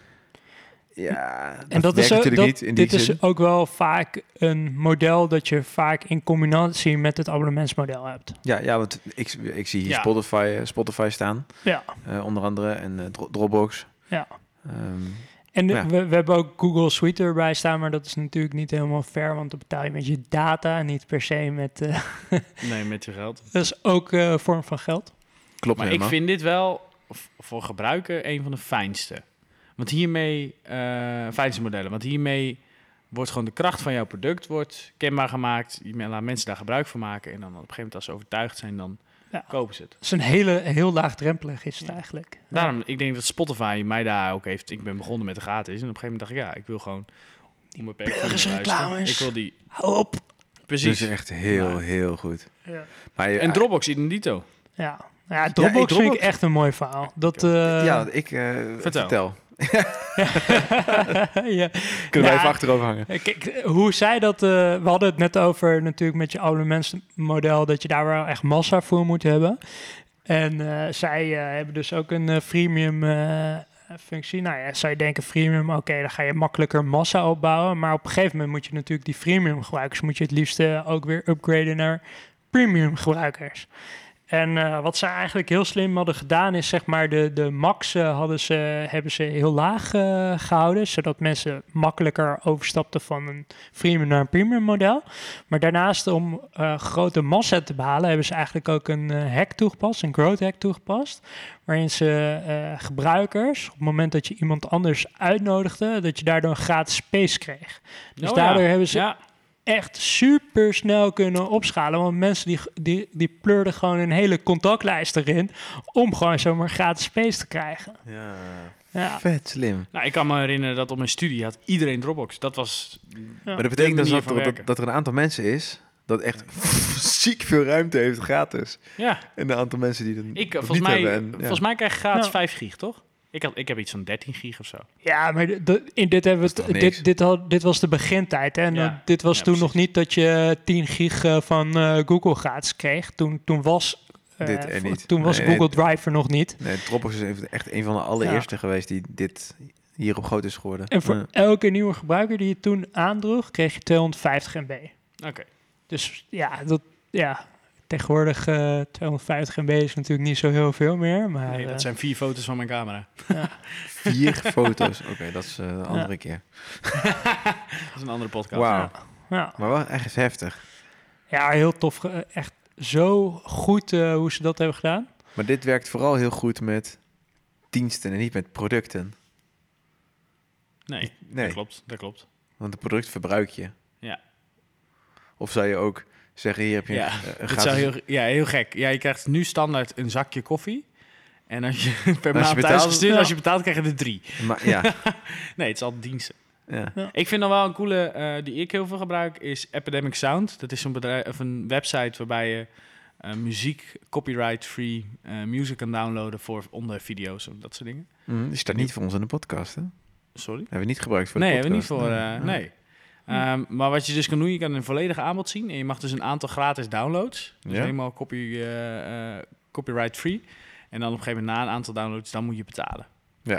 Ja, dat, En dat werkt is ook, natuurlijk dat, niet in die dit zin. is ook wel vaak een model dat je vaak in combinatie met het abonnementsmodel hebt. Ja, ja, want ik, ik zie hier Ja. Spotify, uh, Spotify staan, Ja. uh, onder andere, en uh, Dro- Dropbox. Ja. Um, En de- Ja. we, we hebben ook Google Suite erbij staan, maar dat is natuurlijk niet helemaal fair, want dan betaal je met je data en niet per se met... Uh, Nee, met je geld. dat is ook uh, een vorm van geld. klopt Maar ik helemaal. vind dit wel v- voor gebruiker een van de fijnste. Want hiermee, uh, fijnste modellen, want hiermee wordt gewoon de kracht van jouw product wordt kenbaar gemaakt. Je laat mensen daar gebruik van maken en dan op een gegeven moment als ze overtuigd zijn, dan Ja. kopen ze het. Het is een hele, heel laagdrempelig is het eigenlijk. Daarom, ik denk dat Spotify mij daar ook heeft. Ik ben begonnen met de gratis en op een gegeven moment dacht ik, ja, ik wil gewoon onbeperkt burgers luisteren. reclames. Ik wil die, Hou op! precies. Dus echt heel, Maar- heel goed. Ja. Maar, je- En Dropbox idem dito. Ja, ja Dropbox ik vind ik Dropbox- echt een mooi verhaal. Dat, uh, ja, ik uh, vertel. Vertel. ja. Kunnen wij Ja. even achterover hangen. Kijk, hoe zij dat... Uh, we hadden het net over natuurlijk met je abonnementsmodel... dat je daar wel echt massa voor moet hebben. En uh, zij uh, hebben dus ook een uh, freemium uh, functie. Nou ja, zou je denken freemium, oké, okay, dan ga je makkelijker massa opbouwen. Maar op een gegeven moment moet je natuurlijk die freemium gebruikers... moet je het liefst uh, ook weer upgraden naar premium gebruikers. En uh, wat ze eigenlijk heel slim hadden gedaan is, zeg maar, de, de max uh, hadden ze, hebben ze heel laag uh, gehouden, zodat mensen makkelijker overstapten van een freemium naar een premium model. Maar daarnaast, om uh, grote massa te behalen, hebben ze eigenlijk ook een uh, hack toegepast, een growth hack toegepast, waarin ze uh, gebruikers, op het moment dat je iemand anders uitnodigde, dat je daardoor een gratis space kreeg. Dus Oh, daardoor ja. hebben ze Ja. echt super snel kunnen opschalen. Want mensen die, die, die pleurden gewoon een hele contactlijst erin om gewoon zomaar gratis space te krijgen. Ja, Ja. vet slim. Nou, ik kan me herinneren dat op mijn studie had iedereen Dropbox. Dat was... Ja. Maar dat betekent dus manier dat, van er- dat, werken. dat er een aantal mensen is dat echt ziek veel ruimte heeft gratis. Ja, En een aantal mensen die dat, ik, dat volgens, niet mij, hebben. En, ja. volgens mij krijg je gratis Ja. vijf gig, toch? Ik, had, ik heb iets van dertien gig of zo. Ja, maar de- de- in dit, hebben we Dat is het, toch niks? dit, dit, had, dit was de begintijd. Hè? En Ja. uh, dit was Ja, toen precies. nog niet dat je tien gig uh, van uh, Google gratis kreeg. Toen, toen was, uh, Dit er niet. toen was Nee, Google nee. Drive er nog niet. Nee, Dropbox is even- echt een van de allereerste geweest die dit hierop groot is geworden. En voor Ja. elke nieuwe gebruiker die je toen aandroeg, kreeg je tweehonderdvijftig MB. Oké. Dus ja, dat, ja tegenwoordig uh, tweehonderdvijftig MB is natuurlijk niet zo heel veel meer. Maar, Nee, uh, dat zijn vier foto's van mijn camera. Vier foto's. Oké, dat is uh, een andere keer. Dat is een andere podcast. Wauw. ja. Maar wel echt heftig. ja, heel tof. ge- Echt zo goed uh, hoe ze dat hebben gedaan. Maar dit werkt vooral heel goed met diensten en niet met producten. Nee, Nee, dat klopt. Dat klopt. want het product verbruik je. Ja. Of zou je ook zeggen, hier heb je Ja, een, een Het gratis... zou heel, ja, heel gek. Ja, je krijgt nu standaard een zakje koffie. En als je per je maand betaalt- thuis gestuurd, Ja. als je betaalt, krijg je er drie. Maar, ja, Nee, het is altijd diensten. ja. Ik vind dan wel een coole, eh, die ik heel veel gebruik, is Epidemic Sound. Dat is zo'n bedrijf, of een website waarbij je uh, muziek, copyright-free uh, music kan downloaden voor onder video's en dat soort dingen. Mm, die staat niet voor ons in de podcast, hè? Sorry? Hebben we niet gebruikt voor de Nee, hebben we niet podcast. voor. Uh, nee. Um, maar wat je dus kan doen, je kan een volledige aanbod zien en je mag dus een aantal gratis downloads. Dus Ja. helemaal copy, uh, uh, copyright-free. En dan op een gegeven moment na een aantal downloads, dan moet je betalen. Ja.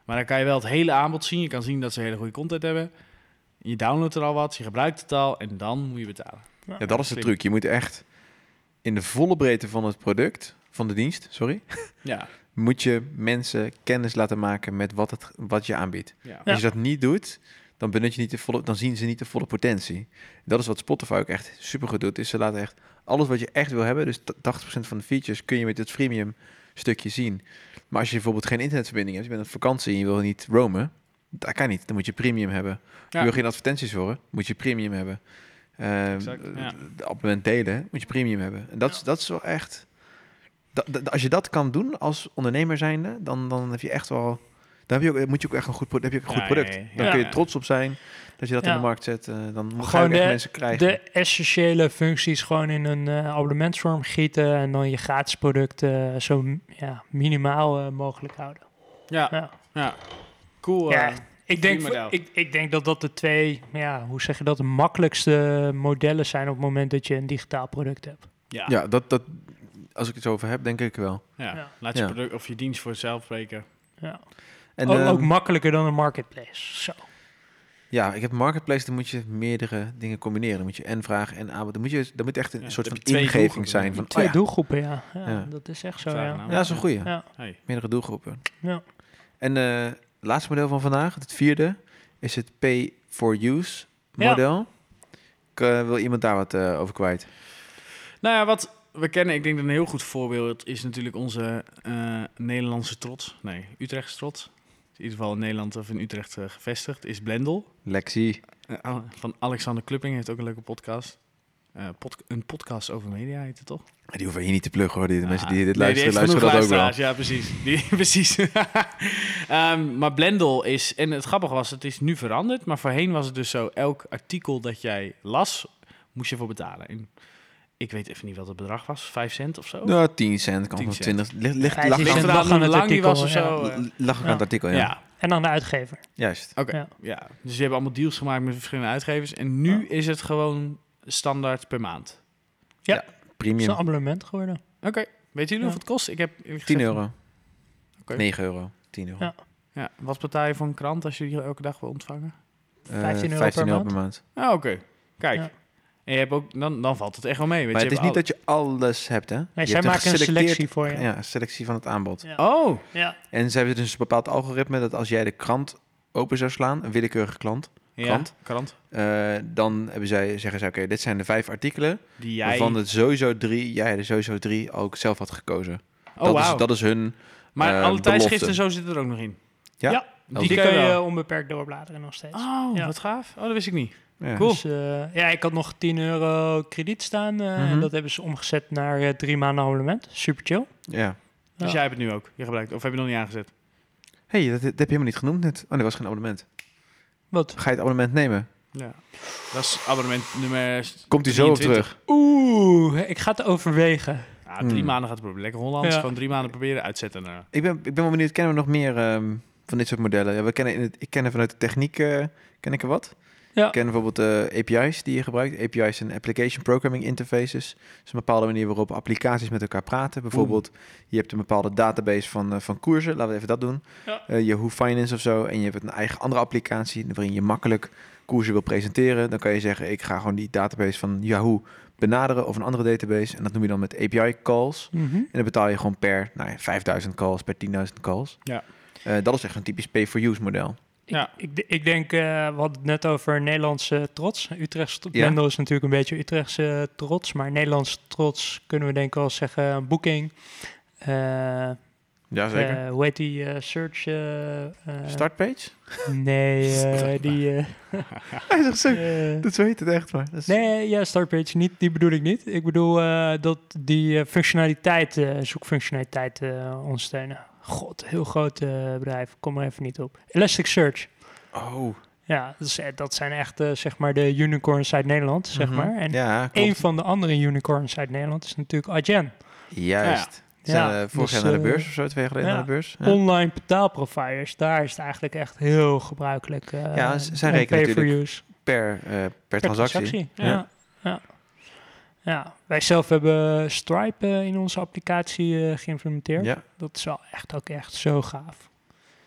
Maar dan kan je wel het hele aanbod zien. Je kan zien dat ze hele goede content hebben. Je downloadt er al wat, je gebruikt het al en dan moet je betalen. Ja, dat is de Slim. truc. Je moet echt in de volle breedte van het product, van de dienst, sorry, Ja. moet je mensen kennis laten maken met wat, het, wat je aanbiedt. ja. Als je dat niet doet, dan benut je niet de volle, dan zien ze niet de volle potentie. Dat is wat Spotify ook echt super goed doet. Is ze laten echt alles wat je echt wil hebben, dus tachtig procent van de features kun je met het freemium stukje zien. Maar als je bijvoorbeeld geen internetverbinding hebt, je bent op vakantie en je wil niet roamen, dat kan niet. Dan moet je premium hebben. Ja. Je wil geen advertenties horen, moet je premium hebben. Uh, Exact, ja. De abonnement delen, moet je premium hebben. En dat, is, dat is wel echt... Dat, dat, als je dat kan doen als ondernemer zijnde, dan, dan heb je echt wel... Dan heb je ook, moet je ook echt een goed, pro- heb je ook een goed Ja, product. ja, ja. Dan Ja. kun je trots op zijn dat je dat Ja. in de markt zet. Uh, dan ga je Gewoon ook echt de- mensen krijgen. De essentiële functies gewoon in een uh, abonnementsvorm gieten en dan je gratis product uh, zo ja, minimaal uh, mogelijk houden. Ja. Ja. ja. Cool. Ja, eh, Ik denk, Prima model. ik, ik denk dat dat de twee, ja, hoe zeg je dat, de makkelijkste modellen zijn op het moment dat je een digitaal product hebt. ja. Ja, dat, dat, als ik het zo over heb, denk ik wel. Ja. Ja. Laat je Ja. product of je dienst voor jezelf spreken. Ja. En, ook, ehm, ook makkelijker dan een marketplace. Zo. ja, ik heb Marketplace, dan moet je meerdere dingen combineren. Dan moet je en vragen en aanbod. Dan moet je, dan moet echt een Ja, soort dan van heb je twee ingeving doelgroepen. zijn. Van, Twee oh ja, doelgroepen, ja. Ja, Ja. Dat is echt zo, Vraag ja. naar. ja, dat is een goeie. Ja. Hey. Meerdere doelgroepen. Ja. En uh, het laatste model van vandaag, het vierde, is het Pay for Use Ja. model. Ik, uh, wil iemand daar wat uh, over kwijt? Nou ja, wat we kennen, ik denk dat een heel goed voorbeeld is natuurlijk onze uh, Nederlandse trots. Nee, Utrechtse trots. In ieder geval in Nederland of in Utrecht uh, gevestigd, is Blendel. Lexie. Uh, van Alexander Klupping heeft ook een leuke podcast. Uh, pod- een podcast over media heet het toch? Die hoeven hier niet te pluggen hoor. Die, de Ah, mensen die dit nee, luisteren, die heeft luisteren dat genoeg ook wel. luisteraars. Ja, precies. Die, precies. um, maar Blendel is... En het grappige was, het is nu veranderd. Maar voorheen was het dus zo... Elk artikel dat jij las, moest je voor betalen. En ik weet even niet wat het bedrag was. Vijf cent of zo? Nou, tien cent, kan tien van cent. twintig. Ligt, ligt, Vijf lag, cent. lag, Ligt lag eraan aan hoe het lang die was of artikel, zo. ja. uh, lag ook aan het artikel, ja. Ja, En dan de uitgever. Juist. oké. Ja. Ja. Dus die hebben allemaal deals gemaakt met verschillende uitgevers. En nu Ja. is het gewoon standaard per maand. Het is Premium. een abonnement geworden. Oké. Weet jullie Ja. hoeveel het kost? Ik heb eerlijk tien gezegd- euro. Oké. negen euro. tien euro. Ja. Ja. Wat betaal je voor een krant als je die elke dag wil ontvangen? Uh, vijftien euro vijftien per euro per maand. Ah, oké. Kijk. Ja. En je hebt ook, dan, dan valt het echt wel mee. Weet Maar je, het is je niet hebt dat je alles hebt, hè? Nee, Je zij hebt maken een geselecteerd- selectie voor je. Ja, een selectie van het aanbod. Ja. al- Oh, Ja. En ze hebben dus een bepaald algoritme dat als jij de krant open zou slaan, een willekeurige klant, ja, Krant. krant. uh, dan hebben zij, zeggen zij, oké, dit zijn de vijf artikelen, Die jij... waarvan het sowieso drie, jij er sowieso drie ook zelf had gekozen. oh, dat, wauw. is, dat is hun... Maar eh, alle tijdschriften belofte. en zo zitten er ook nog in. Ja? Ja, Die, Die kan je kun je wel. onbeperkt doorbladeren nog steeds. Oh, Ja. wat gaaf. Oh, dat wist ik niet. Ja. Cool. Dus, uh, ja, ik had nog tien euro krediet staan. Uh, Mhm. En dat hebben ze omgezet naar uh, drie maanden abonnement. Super chill. Ja. Dus Ja. jij hebt het nu ook. Je gebruikt. Of heb je nog niet aangezet? hey, dat, dat heb je helemaal niet genoemd net. Oh, dat was geen abonnement. Wat? Ga je het abonnement nemen? Ja. Dat is abonnement nummer... Komt hij zo op drieëntwintig. terug? Oeh, ik ga het overwegen. Ja, drie Hmm. maanden gaat het proberen. Lekker Hollands. Ja. Gewoon drie maanden proberen uitzetten. Nou. Ik ben, ik ben wel benieuwd, kennen we nog meer um, van dit soort modellen? Ja, we kennen in het, ik ken er vanuit de techniek, uh, ken ik er wat. Ja. Ik ken bijvoorbeeld uh, A P I's die je gebruikt. A P I's zijn Application Programming Interfaces. Dat is een bepaalde manier waarop applicaties met elkaar praten. Bijvoorbeeld, je hebt een bepaalde database van, uh, van koersen. Laten we even dat doen. Ja. Uh, Yahoo Finance of zo. En je hebt een eigen andere applicatie waarin je makkelijk koersen wil presenteren. Dan kan je zeggen, ik ga gewoon die database van Yahoo benaderen of een andere database. En dat noem je dan met A P I calls. Mhm. En dan betaal je gewoon per nou ja, vijfduizend calls, per tienduizend calls. Ja. Uh, dat is echt een typisch pay-for-use model. Ja. Ik, ik, ik denk, uh, we hadden het net over Nederlandse trots. Utrechtse trots. Ja. Blendel is natuurlijk een beetje Utrechtse trots. Maar Nederlandse trots kunnen we denk ik wel zeggen Booking. Uh, Ja, zeker. uh, hoe heet die uh, search? Uh, uh, Startpage? Nee, uh, die... Uh, Hij zegt zo. uh, Dat zo heet het echt maar. Dat is... Nee, ja, Startpage niet. Die bedoel ik niet. Ik bedoel uh, dat die uh, functionaliteit, uh, zoekfunctionaliteit uh, ondersteunen. God, heel groot uh, bedrijf. Kom er even niet op. Elasticsearch. Oh. Ja, dat, is, dat zijn echt uh, zeg maar de unicorns uit Nederland, zeg Mm-hmm. maar. En ja, een van de andere unicorns uit Nederland is natuurlijk Adyen. Juist. Ja. Zijn Ja, uh, vorig dus, jaar naar de uh, beurs of zo, twee jaar geleden ja. naar de beurs. Ja, Online betaalproviders, daar is het eigenlijk echt heel gebruikelijk. Uh, Ja, z- zij om rekenen pay for natuurlijk use. per, uh, per, Per transactie. transactie. Ja. Ja. Ja. Ja. Wij zelf hebben Stripe uh, in onze applicatie uh, geïmplementeerd. Ja. Dat is wel echt ook echt zo gaaf.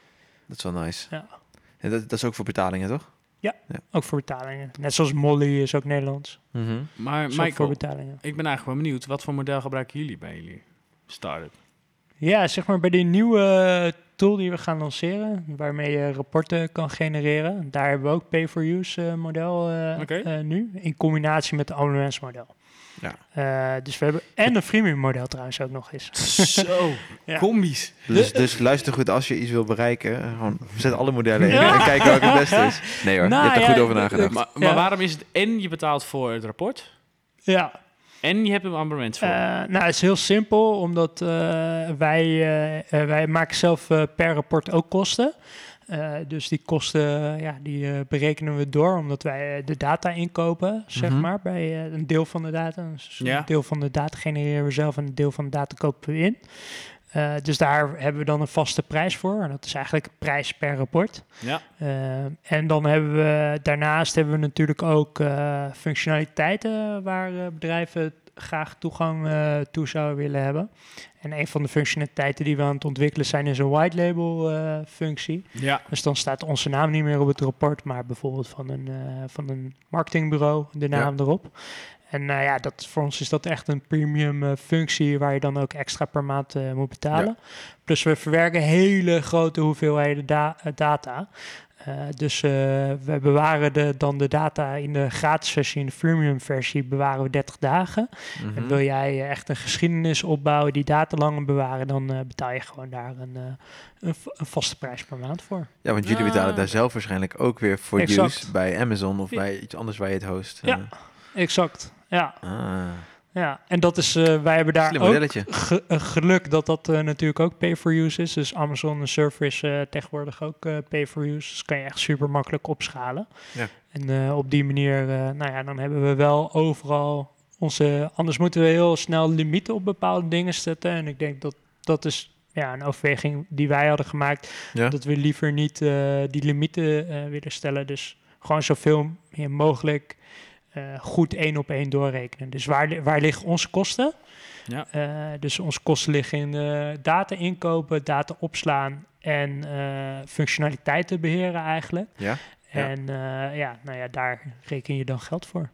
Dat is wel nice. Ja. En dat, dat is ook voor betalingen, toch? Ook voor betalingen. Net zoals Molly is ook Nederlands. Mm-hmm. Maar Is ook voor Michael, betalingen. ik ben eigenlijk wel benieuwd. Wat voor model gebruiken jullie bij jullie start-up? Ja, zeg maar bij die nieuwe tool die we gaan lanceren, waarmee je rapporten kan genereren. Daar hebben we ook pay-for-use uh, model uh, Oké. uh, nu, in combinatie met de abonnementsmodel. Ja. Uh, dus we hebben en een freemium model trouwens ook nog eens. Zo, Ja. combi's. Dus, dus luister goed, als je iets wil bereiken, uh, gewoon zet alle modellen in Ja. en kijk welke het beste is. Nee hoor, Nou, je hebt er ja, goed over d- nagedacht. d- Maar, Ja. maar waarom is het en je betaalt voor het rapport Ja, en je hebt een abonnement voor? uh, nou het is heel simpel, omdat uh, wij, uh, uh, wij maken zelf uh, per rapport ook kosten. Uh, dus die kosten uh, ja, die, uh, berekenen we door, omdat wij uh, de data inkopen, zeg Mhm. maar, bij uh, een deel van de data. Dus Ja. Een deel van de data genereren we zelf en een deel van de data kopen we in. Uh, dus daar hebben we dan een vaste prijs voor. En dat is eigenlijk prijs per rapport. Ja. Uh, en dan hebben we daarnaast hebben we natuurlijk ook uh, functionaliteiten waar uh, bedrijven graag toegang uh, toe zouden willen hebben. En een van de functionaliteiten die we aan het ontwikkelen zijn is een white label uh, functie. Ja. Dus dan staat onze naam niet meer op het rapport, maar bijvoorbeeld van een, uh, van een marketingbureau de naam erop. En uh, ja, dat, voor ons is dat echt een premium uh, functie waar je dan ook extra per maand uh, moet betalen. Ja. Plus we verwerken hele grote hoeveelheden da- uh, data. Uh, dus uh, we bewaren de, dan de data in de gratis versie, in de freemium versie bewaren we dertig dagen. Mhm. En wil jij uh, echt een geschiedenis opbouwen, die data langer bewaren, dan uh, betaal je gewoon daar een, uh, een, v- een vaste prijs per maand voor. Ja, want jullie Ah. betalen daar zelf waarschijnlijk ook weer voor Exact. use bij Amazon of Ja. bij iets anders waar je het host. Ja. Exact, ja. Uh, ah, ja. En dat is, uh, wij hebben daar slim ook modelletje. ge- uh, geluk dat dat uh, natuurlijk ook pay-for-use is. Dus Amazon server is uh, tegenwoordig ook uh, pay-for-use. Dus kan je echt super makkelijk opschalen. Ja. En uh, op die manier, uh, nou ja, dan hebben we wel overal onze... Anders moeten we heel snel limieten op bepaalde dingen zetten. En ik denk dat dat is ja, een overweging die wij hadden gemaakt. Ja. Dat we liever niet uh, die limieten uh, willen stellen. Dus gewoon zoveel meer mogelijk uh, goed één op één doorrekenen. Dus waar, li- waar liggen onze kosten? Ja. Uh, dus onze kosten liggen in uh, data inkopen, data opslaan en uh, functionaliteiten beheren eigenlijk. Ja? Ja. En uh, ja, nou ja, daar reken je dan geld voor.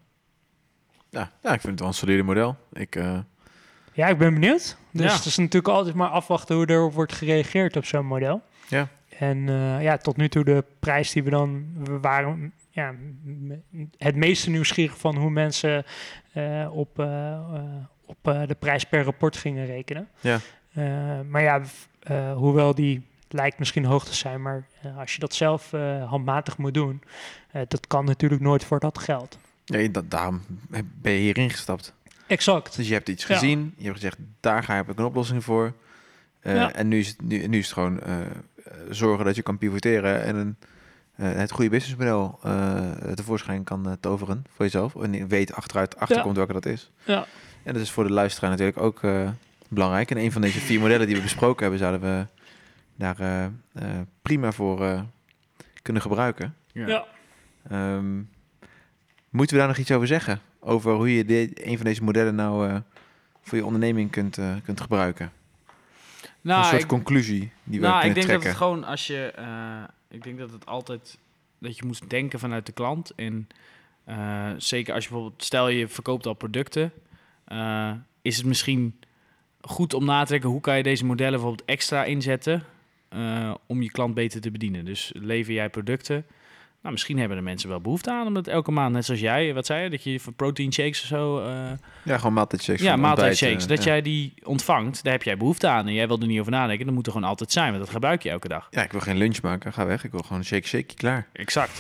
Ja, ja, ik vind het wel een solide model. Ik, uh, Ja, ik ben benieuwd. Dus Ja. het is natuurlijk altijd maar afwachten hoe erop wordt gereageerd op zo'n model. Ja. En uh, ja, tot nu toe de prijs die we dan... We waren ja, m- het meeste nieuwsgierig van hoe mensen uh, op, uh, uh, op uh, de prijs per rapport gingen rekenen. Ja. Uh, maar ja, v- uh, hoewel die lijkt misschien hoog te zijn, maar uh, als je dat zelf uh, handmatig moet doen, uh, dat kan natuurlijk nooit voor dat geld. ja, dat, daarom ben je hierin gestapt. Exact. Dus je hebt iets Ja. gezien, je hebt gezegd, daar ga ik een oplossing voor. Uh, Ja. En nu is, het, nu, nu is het gewoon uh, zorgen dat je kan pivoteren en een, uh, het goede businessmodel uh, tevoorschijn kan uh, toveren voor jezelf. En je weet achteruit achterkomt welke dat is. Ja. En dat is voor de luisteraar natuurlijk ook uh, belangrijk. En een van deze vier modellen die we besproken hebben, zouden we daar uh, uh, prima voor uh, kunnen gebruiken. Ja. Ja. Um, moeten we daar nog iets over zeggen? Over hoe je de, een van deze modellen nou uh, voor je onderneming kunt, uh, kunt gebruiken? Nou, een soort ik, conclusie die we nou, ik kunnen denk trekken. dat het gewoon als je... Uh, ik denk dat het altijd... Dat je moet denken vanuit de klant. En uh, zeker als je bijvoorbeeld... Stel je verkoopt al producten. Uh, is het misschien goed om na te denken... Hoe kan je deze modellen bijvoorbeeld extra inzetten... Uh, om je klant beter te bedienen. Dus lever jij producten... Nou, misschien hebben de mensen wel behoefte aan om het elke maand, net zoals jij, wat zei je, dat je van protein shakes of zo... Uh, ja, gewoon maaltijdshakes. ja, voor maaltijdshakes. ontbijt, dat uh, jij die ontvangt, daar heb jij behoefte aan. En jij wil er niet over nadenken, dat moet er gewoon altijd zijn, want dat gebruik je elke dag. Ja, ik wil geen lunch maken, ga weg. Ik wil gewoon een shake, shake, klaar. Exact.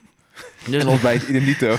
Dus En ontbijt idem dito.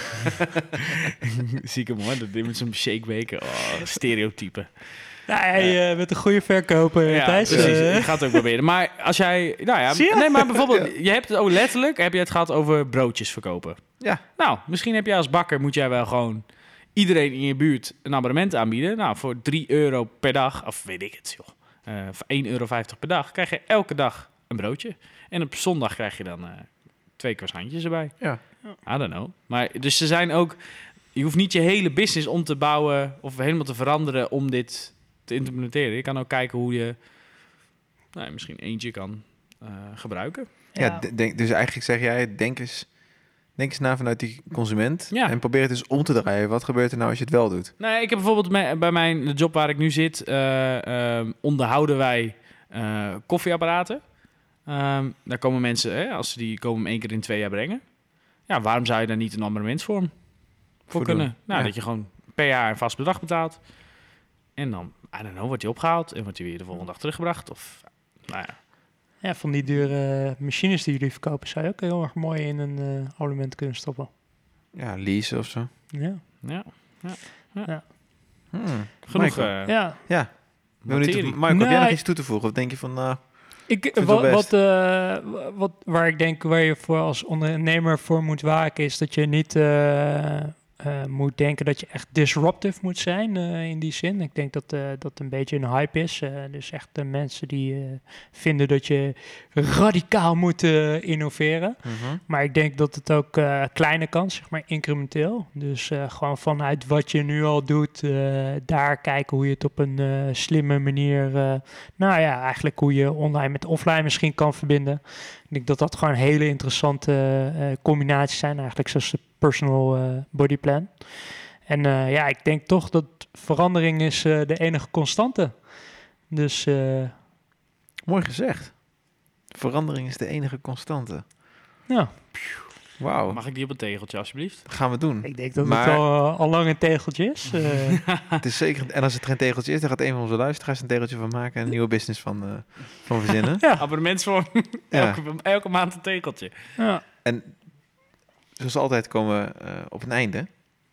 zie ik hem hoor, dat met zo'n shakebeker. Oh, stereotype. Ja, hij uh, met een goede verkoper, Ja, Thijs. precies. Uh, Ik ga het ook proberen. Maar als jij... Nou ja, Zie je? nee, maar bijvoorbeeld... Je hebt het ook letterlijk... Heb je het gehad over broodjes verkopen. Ja. Nou, misschien heb jij als bakker... Moet jij wel gewoon... Iedereen in je buurt een abonnement aanbieden. Nou, voor drie euro per dag... Of weet ik het, joh. Uh, voor één euro vijftig per dag... Krijg je elke dag een broodje. En op zondag krijg je dan... Uh, twee croissantjes erbij. Ja. I don't know. Maar dus ze zijn ook... Je hoeft niet je hele business om te bouwen... Of helemaal te veranderen om dit... te implementeren. Je kan ook kijken hoe je nou, misschien eentje kan uh, gebruiken. Ja, Ja. d- denk, dus eigenlijk zeg jij, denk eens, denk eens na vanuit die consument. Ja. En probeer het eens om te draaien. Wat gebeurt er nou als je het wel doet? Nee, ik heb bijvoorbeeld me- bij mijn de job waar ik nu zit, eh, ehm, onderhouden wij eh, koffieapparaten. Ehm, daar komen mensen, hè, als ze die komen hem één keer in twee jaar brengen. Ja, waarom zou je daar niet een abonnementsvorm voor, Voor kunnen? doen, Nou, ja. dat je gewoon per jaar een vast bedrag betaalt. En dan, I don't know, wordt hij opgehaald en wordt hij weer de volgende dag teruggebracht. Of, nou ja. Ja, van die dure machines die jullie verkopen, zou je ook heel erg mooi in een eh, abonnement kunnen stoppen. Ja, leasen of zo. Ja. Ja, Hmm. genoeg Michael. eh, Ja. Ja. Ben benieuwd of- materie. Michael, heb jij nog Nee. iets toe te voegen? Of denk je van, nou, Ik, het wat, wel wat, best. eh, wat, waar ik denk waar je voor als ondernemer voor moet waken, is dat je niet eh, eh, moet denken dat je echt disruptive moet zijn eh, in die zin. Ik denk dat eh, dat een beetje een hype is. Eh, dus echt de mensen die eh, vinden dat je radicaal moet eh, innoveren. mhm. Maar ik denk dat het ook eh, kleiner kan, zeg maar incrementeel. Dus eh, gewoon vanuit wat je nu al doet, eh, daar kijken hoe je het op een eh, slimme manier, eh, nou ja, eigenlijk hoe je online met offline misschien kan verbinden. Ik denk dat dat gewoon hele interessante eh, combinaties zijn, eigenlijk zoals de personal eh, body plan. En eh, ja, ik denk toch dat verandering is eh, de enige constante. Dus eh, Mooi gezegd. Verandering is de enige constante. ja, Wauw, Mag ik die op een tegeltje, alsjeblieft? dat gaan we doen. ik denk dat Maar- het al, al lang een tegeltje is. Eh, Het is zeker, en als het geen tegeltje is, dan gaat een van onze luisteraars een tegeltje van maken en een nieuwe business van, eh, van verzinnen. ja, Abonnementsvorm, Ja. elke, elke maand een tegeltje. ja. En zoals altijd komen we eh, op een einde.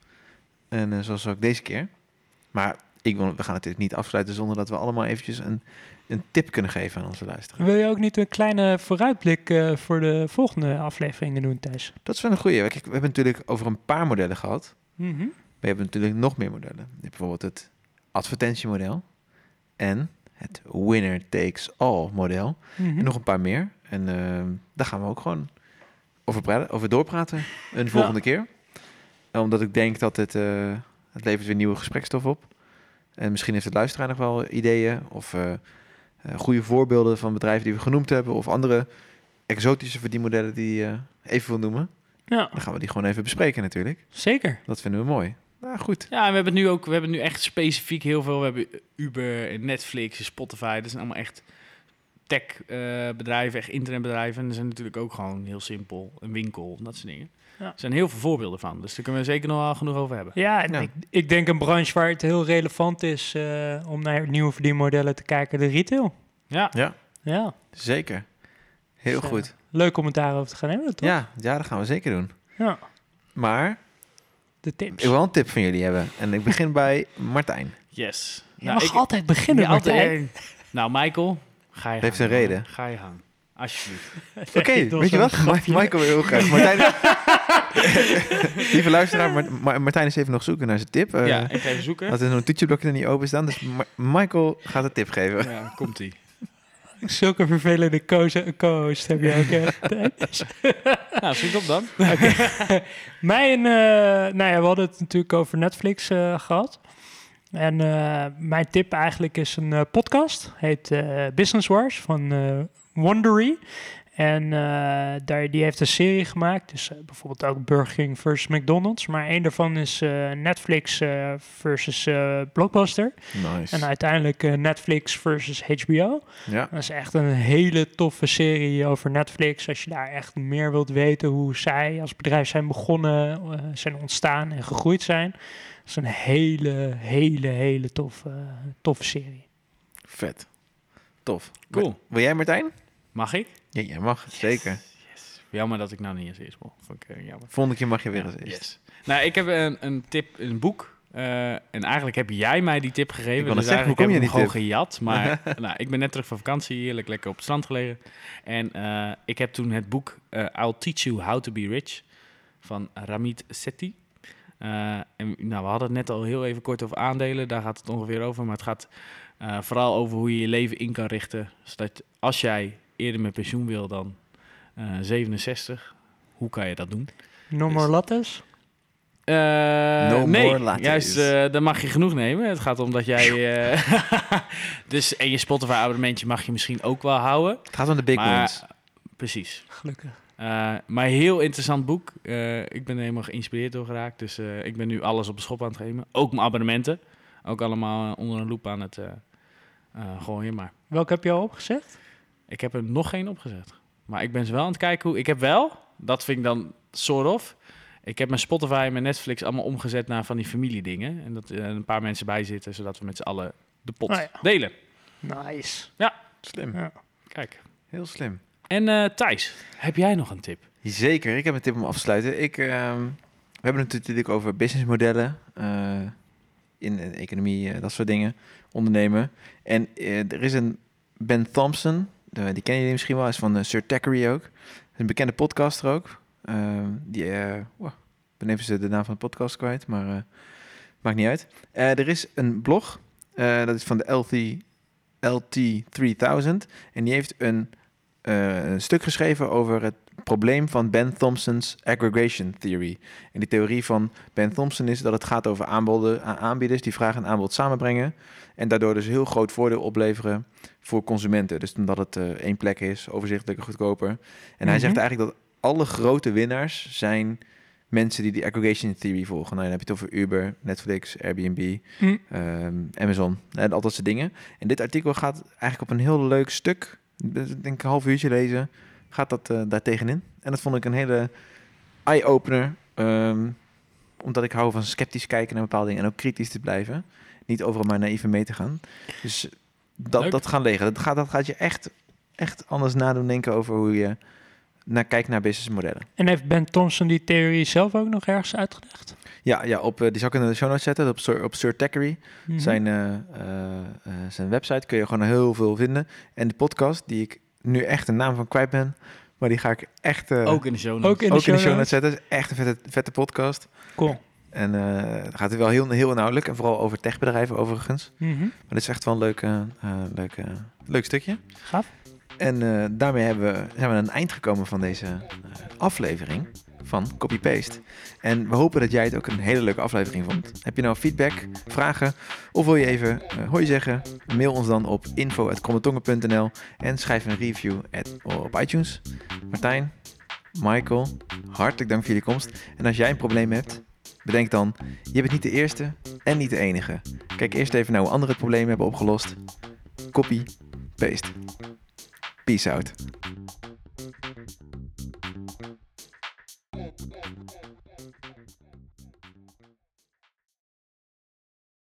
En eh, zoals ook deze keer. Maar ik wil, we gaan natuurlijk niet afsluiten zonder dat we allemaal eventjes een, een tip kunnen geven aan onze luisteraars. Wil je ook niet een kleine vooruitblik eh, voor de volgende afleveringen doen, Thijs? Dat is wel een goeie. Kijk, we hebben natuurlijk over een paar modellen gehad. Mhm. Maar we hebben natuurlijk nog meer modellen. Je hebt bijvoorbeeld het advertentiemodel en het winner takes all model. Mhm. En nog een paar meer. En eh, daar gaan we ook gewoon over, praten, over doorpraten een volgende keer. Omdat ik denk dat het, eh, het levert weer nieuwe gesprekstof op. En misschien heeft het luisteraar nog wel ideeën of eh, eh, goede voorbeelden van bedrijven die we genoemd hebben. Of andere exotische verdienmodellen die je eh, even wil noemen. Ja, Dan gaan we die gewoon even bespreken natuurlijk. zeker. Dat vinden we mooi. Nou, goed. Ja, en we hebben het nu ook, we hebben nu echt specifiek heel veel. We hebben Uber, en Netflix, en Spotify. Dat zijn allemaal echt tech-bedrijven, echt internetbedrijven. En er zijn natuurlijk ook gewoon heel simpel een winkel, dat soort dingen. Ja. Er zijn heel veel voorbeelden van. Dus daar kunnen we zeker nog wel genoeg over hebben. Ja, en Ja. Ik, ik denk een branche waar het heel relevant is eh, om naar nieuwe verdienmodellen te kijken, de retail. Ja, Ja, Ja, zeker. Heel Dus, eh, goed. leuk om het daarover te gaan hebben, toch? Ja, ja, dat gaan we zeker doen. Ja, Maar de ik tips. wil wel een tip van jullie hebben. En ik begin bij Martijn. yes. Je Nou, mag ik- altijd beginnen, Ja, altijd- Martijn. Nou, Michael, ga je Heeft gang, een jongen. reden. Ga je gang. Alsjeblieft. Oké, Nee, dat weet je was wat? een Ma- grapje. Michael wil heel graag. Martijn, lieve luisteraar, Ma- Ma- Martijn is even nog zoeken naar zijn tip. Uh, ja, ik ga even zoeken. Dat er zo'n toetsenblokje er niet open staan. Dus Ma- Michael gaat een tip geven. Ja, komt-ie. Zulke vervelende co- co-host heb je ook. eh, Thijs. Nou, zoek op dan. Mijn, eh, nou ja, we hadden het natuurlijk over Netflix eh, gehad. En eh, mijn tip eigenlijk is een eh, podcast. Heet eh, Business Wars van eh Wondery. En eh, daar, die heeft een serie gemaakt. Dus eh, bijvoorbeeld ook Burger King versus McDonald's. Maar één daarvan is eh, Netflix eh, versus eh, Blockbuster. Nice. En uiteindelijk eh, Netflix versus H B O. Ja, Dat is echt een hele toffe serie over Netflix. Als je daar echt meer wilt weten hoe zij als bedrijf zijn begonnen, eh, zijn ontstaan en gegroeid zijn. Dat is een hele, hele, hele toffe, toffe serie. vet. Tof. Cool. Wil jij Martijn? Mag ik? Ja, jij mag. Zeker. Yes. Jammer dat ik nou niet als eerst mocht. Vond ik, eh, jammer. Volgende keer mag je weer Ja, eens eerst. yes. Nou, ik heb een, een tip, een boek. eh, en eigenlijk heb jij mij die tip gegeven. Ik wou net dus zeggen, hoe eigenlijk kom je heb ik aan hem die gewoon gejat. Maar nou, ik ben net terug van vakantie, heerlijk lekker op het strand gelegen. En eh, ik heb toen het boek eh, I'll Teach You How to Be Rich van Ramit Sethi. Eh, en nou, we hadden het net al heel even kort over aandelen. Daar gaat het ongeveer over. Maar het gaat eh, vooral over hoe je je leven in kan richten. Zodat als jij eerder met pensioen wil dan eh, zevenenzestig, hoe kan je dat doen? No more lattes? Eh, No nee, more lattes. juist, eh dan mag je genoeg nemen. Het gaat om dat jij... eh, dus, en je Spotify-abonnementje mag je misschien ook wel houden. Het gaat om de big maar wins. Precies. Gelukkig. Uh, maar heel interessant boek. Uh, ik ben er helemaal geïnspireerd door geraakt. Dus uh, ik ben nu alles op de schop aan het geven. Ook mijn abonnementen. Ook allemaal uh, onder een loep aan het uh, uh, gooien. Maar welke heb je al opgezet? ik heb er nog geen opgezet. Maar ik ben ze wel aan het kijken hoe... Ik heb wel, dat vind ik dan sort of... Ik heb mijn Spotify en mijn Netflix allemaal omgezet naar van die familiedingen. En dat er een paar mensen bij zitten, zodat we met z'n allen de pot Oh ja. delen. Nice. Ja. Slim. Ja. Kijk. Heel slim. En uh, Thijs, heb jij nog een tip? Zeker, ik heb een tip om af te sluiten. Ik, uh, we hebben het natuurlijk over businessmodellen uh, in, in economie, uh, dat soort dingen, ondernemen. En uh, er is een Ben Thompson, uh, die kennen jullie misschien wel, is van uh, Sir Thackeray ook. Een bekende podcaster ook. Uh, die, uh, wow, ik ben even de naam van de podcast kwijt, maar uh, maakt niet uit. Uh, er is een blog, uh, dat is van de L T, L T driehonderd. En die heeft een, uh, een stuk geschreven over het probleem van Ben Thompson's aggregation theory. En die theorie van Ben Thompson is dat het gaat over aanboden, aanbieders die vraag en aanbod samenbrengen. En daardoor dus heel groot voordeel opleveren voor consumenten. Dus omdat het uh, één plek is, overzichtelijker, goedkoper. En mm-hmm. hij zegt eigenlijk dat alle grote winnaars zijn mensen die die aggregation theory volgen. Nou, dan heb je het over Uber, Netflix, Airbnb, mm. um, Amazon en al dat soort dingen. En dit artikel gaat eigenlijk op een heel leuk stuk, ik denk een half uurtje lezen, gaat dat uh, daar tegenin. En dat vond ik een hele eye-opener, um, omdat ik hou van sceptisch kijken naar bepaalde dingen en ook kritisch te blijven. Niet overal maar naïef mee te gaan. Dus dat, dat gaan lezen. Dat gaat, dat gaat je echt, echt anders nadoen denken over hoe je naar kijkt naar businessmodellen. En heeft Ben Thompson die theorie zelf ook nog ergens uitgelegd? Ja, ja op, uh, die zal ik in de show notes zetten. Op Sir, op Sir Thackeray. Mm-hmm. Zijn, uh, uh, uh, zijn website kun je gewoon heel veel vinden. En de podcast, die ik nu echt de naam van kwijt ben, maar die ga ik echt uh, ook in de show notes, ook in de, ook show, in de show notes zetten. Het is echt een vette, vette podcast. Cool. En uh, het gaat wel heel, heel inhoudelijk. En vooral over techbedrijven overigens. Mm-hmm. Maar dit is echt wel een leuk, uh, leuk, uh, leuk stukje. Gaaf. En uh, daarmee hebben we, zijn we aan het eind gekomen van deze uh, aflevering van Copy Paste. En we hopen dat jij het ook een hele leuke aflevering vond. Heb je nou feedback, vragen of wil je even uh, hoi zeggen? Mail ons dan op info at kommetongen punt n l en schrijf een review at, op iTunes. Martijn, Michael, hartelijk dank voor jullie komst. En als jij een probleem hebt, bedenk dan, je bent niet de eerste en niet de enige. Kijk eerst even naar hoe anderen het probleem hebben opgelost. Copy Paste. Peace out.